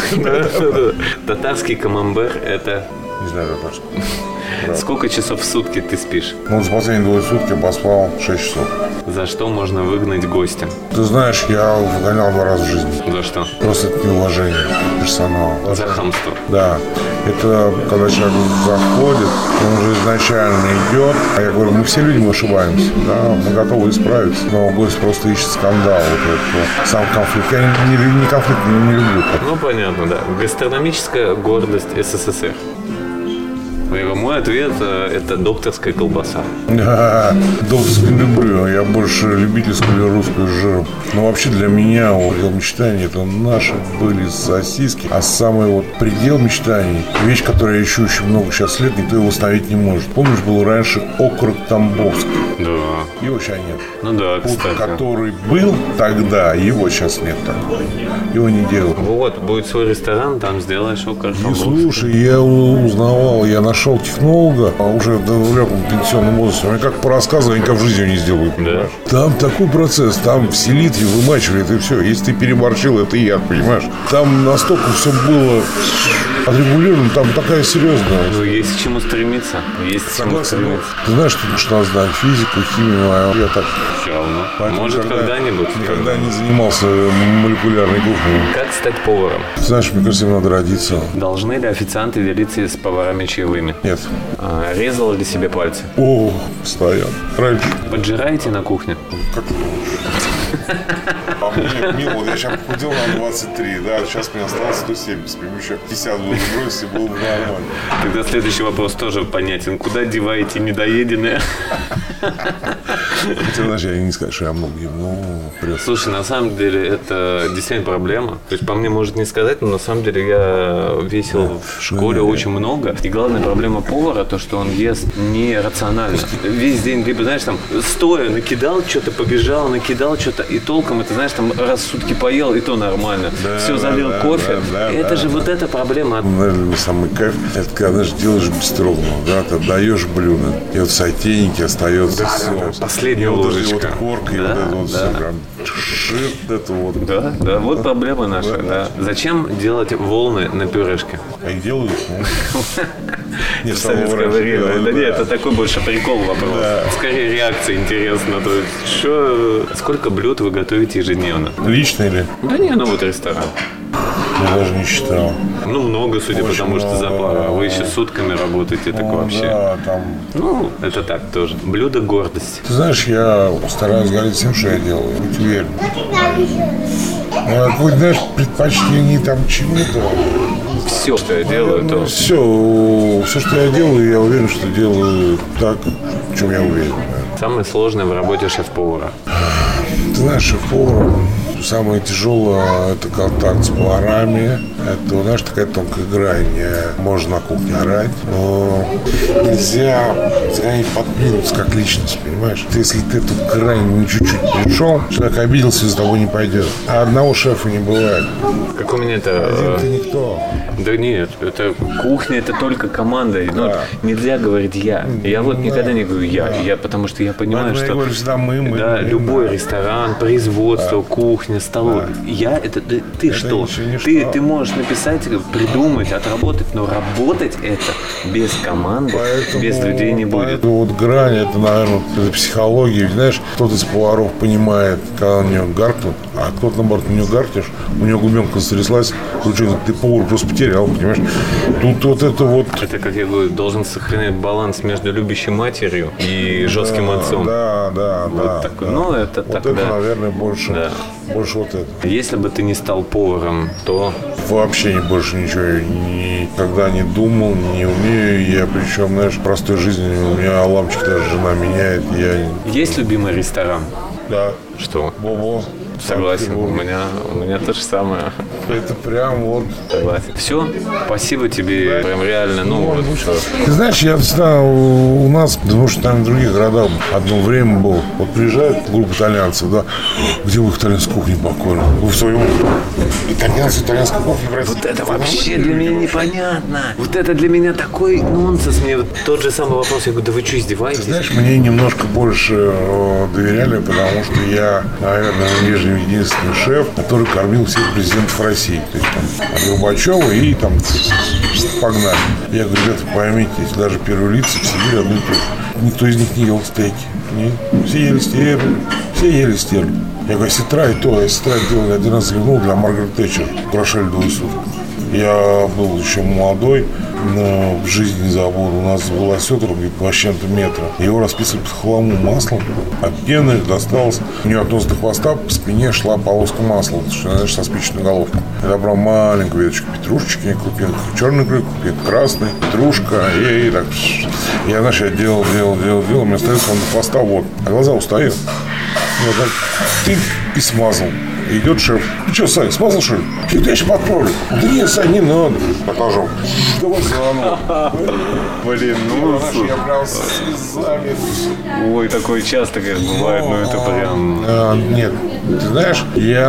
Татарский камамбер – это… Не знаю, татарский. Сколько часов в сутки ты спишь? Ну, за последние двое суток я поспал шесть часов. За что можно выгнать гостя? Ты знаешь, я выгонял два раза в жизни. За что? Просто это неуважение персонала. За хамство. Да. Это когда человек заходит, он уже изначально идет. А я говорю, мы все люди, мы ошибаемся. Да, мы готовы исправиться. Но гость просто ищет скандал. Вот этот, сам конфликт. Я не, не, не конфликт, не, не люблю. Ну, понятно, да. Гастрономическая гордость СССР. Мой ответ – это докторская колбаса. Да, докторскую люблю. Я больше любитель русскую с жиром. Но вообще для меня вот, мечтания – это наши были сосиски. А самый вот предел мечтаний, вещь, которую я ищу очень много сейчас лет, никто его установить не может. Помнишь, был раньше окорок Тамбовский? Да. Его сейчас нет. Ну да, кстати. Который был тогда, его сейчас нет такого. Его не делают. Вот, будет свой ресторан, там сделаешь окорок Тамбовский. И слушай, я узнавал, я нашел Нашел технолога, а уже в далеком пенсионном возрасте. Он как по рассказу, я никак в жизни не сделаю, понимаешь? Да. Там такой процесс, там селитрию вымачивают, и все. Если ты переборщил, это яд, понимаешь? Там настолько все было отрегулировано, там такая серьезная. Ну, есть к чему стремиться. Есть к чему стремиться. Ты знаешь, что что надо знать физику, химию, а я так... Поэтому Может, когда, когда-нибудь. Никогда не занимался молекулярной кухней. Как стать поваром? Ты знаешь, мне кажется, им надо родиться. Должны ли официанты делиться с поварами чаевыми? Нет. А, резал ли себе пальцы? О, постоянно. Раньше. Поджираете на кухне? Как ты думаешь? А мне мило, вот я сейчас похудел на двадцать три, да, сейчас мне осталось сто семьдесят, мне еще пятьдесят было бросить, и было бы нормально. Тогда следующий вопрос тоже понятен. Куда деваете недоеденное? Хотя, знаешь, я не скажу, что я много ем, но пресс. Слушай, на самом деле это действительно проблема. То есть, по мне, может не сказать, но на самом деле я весил да. в школе да, очень да. много. И главная проблема повара, то, что он ест нерационально. Весь день, либо, знаешь, там, стоя, накидал что-то, побежал, накидал что-то, и толком, это, знаешь, там, раз в сутки поел, и то нормально. Да, Все, залил да, кофе. Да, да, это да, же да. вот эта проблема. Наверное, самый кайф, это когда, знаешь, делаешь бестроганного, да, ты отдаешь блюдо, и вот в сотейнике остается да, соус. Да, последняя ложечка. Вот корка, да, и вот это вот да. все прям шит, это вот. Да, да, вот проблема наша, да. да. Зачем делать волны на пюрешке? А их делают? В советское время. Да нет, это такой больше прикол вопрос. Скорее реакция интересна. То есть, что, сколько блюд вы готовите ежедневно? Лично или? Да не, ну вот ресторан. Я даже не считал. Ну, много, судя по тому, что за пара. Вы еще сутками работаете, так вообще. Да, там... Ну, это так тоже. Блюдо гордости. Ты знаешь, я стараюсь говорить всем, что я делаю. Будь уверен. Ну, какое, знаешь, предпочтение там чему-то. Все, что я делаю, то... Все, все, что я делаю, я уверен, что делаю так, в чем я уверен. Самое сложное в работе шеф-повара? Ты знаешь, шеф-повар... Самое тяжелое – это контакт с поварами. Это, знаешь, такая тонкая грань. Можно на кухне орать, но нельзя загонять подвинуться как личность, понимаешь? Ты, если ты эту грань чуть-чуть перешел, человек обиделся и за тобой не пойдет. А одного шефа не бывает. Как у меня это... Один ты никто. Да нет, это кухня, это только команда. Да. Ну, нельзя говорить «я». Я вот да. никогда не говорю «я», да. я, потому что я понимаю, Поэтому что... Я говорю всегда «мы», «мы», да, мы, любой да. ресторан, производство, да. кухня, столовая. Да. Я – это ты, ты это что? Ты, что? ты можешь написать, придумать, отработать, но работать это без команды, поэтому, без людей не будет. Поэтому вот грань, это, наверное, это психология. Знаешь, кто-то из поваров понимает, когда на него гаркнут, а кто-то, наоборот, на него гаркнешь, у него губенка затряслась, ты повар просто потерял, понимаешь? Тут вот это вот... Это, как я говорю, должен сохранять баланс между любящей матерью и жестким да, отцом. Да, да, вот да. такой. да. Ну, это вот тогда... это, наверное, больше, да. больше вот это. Если бы ты не стал поваром, то... Вообще не больше ничего никогда не думал, не умею. Я, причем, знаешь, в простой жизни у меня лампочки даже жена меняет. Я... Есть любимый ресторан? Да. Что? Бо-бо. Согласен, у меня, у меня то же самое. Это прям вот... Согласен. Все, спасибо тебе, да. прям реально, ну, ну вот что. Ты знаешь, я всегда у нас, потому что там в других городах одно время был, вот приезжает группа итальянцев, да, где вы итальянской кухни покойно? Вы в своем итальянцев, итальянской кухни, братья. Вот это вообще для меня непонятно. Вот это для меня такой нонсенс. Мне вот тот же самый вопрос, я говорю, да вы что, издеваетесь? Ты знаешь, мне немножко больше доверяли, потому что я, наверное, нижний единственный шеф, который кормил всех президентов России. То есть там от Горбачева и там погнали. Я говорю, ребята, поймите, если даже первые лица в Сибири одно и то же. Никто из них не ел стейки. Нет. Все ели стерлядь. Все ели стерлядь. Я говорю, сестра и то. Я сестра делала, один раз заглянул для Маргарет Тэтчер. Украшали двое суток. Я был еще молодой, но в жизни не забуду. У нас был осетр по чем-то метра. Его расписывали под хламу маслом. От пены досталось. У нее от носа до хвоста по спине шла полоска масла, знаешь, со спичной головкой. Я брал маленькую веточку петрушечки, купил черный крюк, купил красный, петрушка. И, и так. Я, знаешь, я делал, делал, делал, делал. У меня остается он до хвоста вот. А глаза устают. Я так тык и смазал. И идет шеф. Ты что, Сань, смазал, что ли? Я сейчас подправлю. Да нет, Сань, не надо. Покажу. Давай заново. Блин, ну... Я прям со слезами. Ой, такое часто, конечно, бывает, но это прям... А, нет, ты знаешь,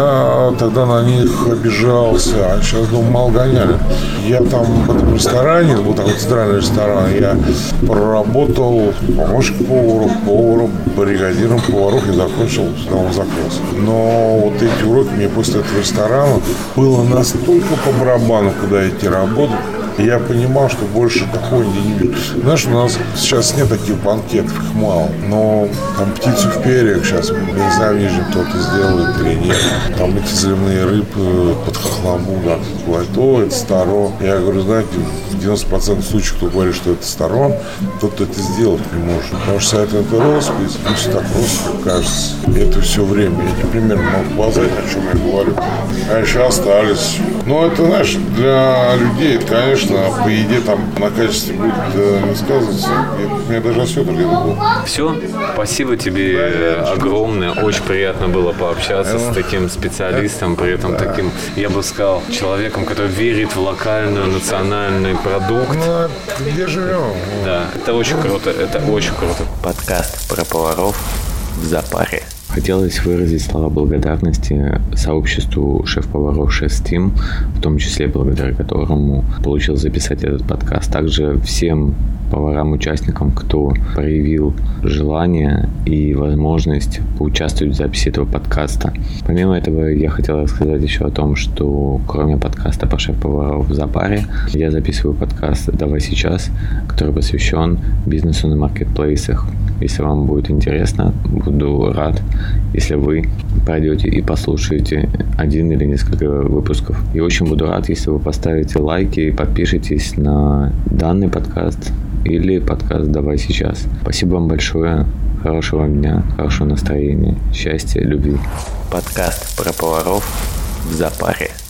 я тогда на них обижался, а сейчас, думаю, мало гоняли. Я там в этом ресторане, вот такой центральный ресторан, я проработал помощником повара, поваром, бригадиром поваров и закончил, когда он закрылся. Но вот эти уроки мне после этого ресторана было настолько по барабану, куда идти работать. Я понимал, что больше такого не будет. Знаешь, у нас сейчас нет таких банкетов, их мало. Но там птицу в перьях сейчас, я не знаю, в Нижнем кто-то сделает или нет. Там эти заливные рыбы под хохлому, да, то это старо. Я говорю, знаете, в девяносто процентов случаев, кто говорит, что это старо, тот, кто это сделать не может. Потому что это, это роспись, не все так просто, как кажется. И это все время. Я примерно могу показать, о чем я говорю. А еще остались. Но это, знаешь, для людей, это, конечно, по еде там на качестве будет э, не сказываться. У меня даже осетр где-то был. Все, спасибо тебе огромное. Очень приятно было пообщаться с таким специалистом, при этом таким, я бы сказал, человеком, который верит в локальный, национальный продукт. Ну, где живем? Да, это очень круто, это очень круто. Подкаст про поваров в Запаре. Хотелось выразить слова благодарности сообществу шеф-поваров «Шеф-Стим», в том числе благодаря которому получил записать этот подкаст. Также всем поварам-участникам, кто проявил желание и возможность поучаствовать в записи этого подкаста. Помимо этого, я хотел рассказать еще о том, что кроме подкаста про шеф-поваров в Запаре, я записываю подкаст «Давай сейчас», который посвящен бизнесу на маркетплейсах. Если вам будет интересно, буду рад, если вы пройдете и послушаете один или несколько выпусков. И очень буду рад, если вы поставите лайки и подпишитесь на данный подкаст или подкаст «Давай сейчас». Спасибо вам большое. Хорошего дня, хорошего настроения, счастья, любви. Подкаст про поваров в Запаре.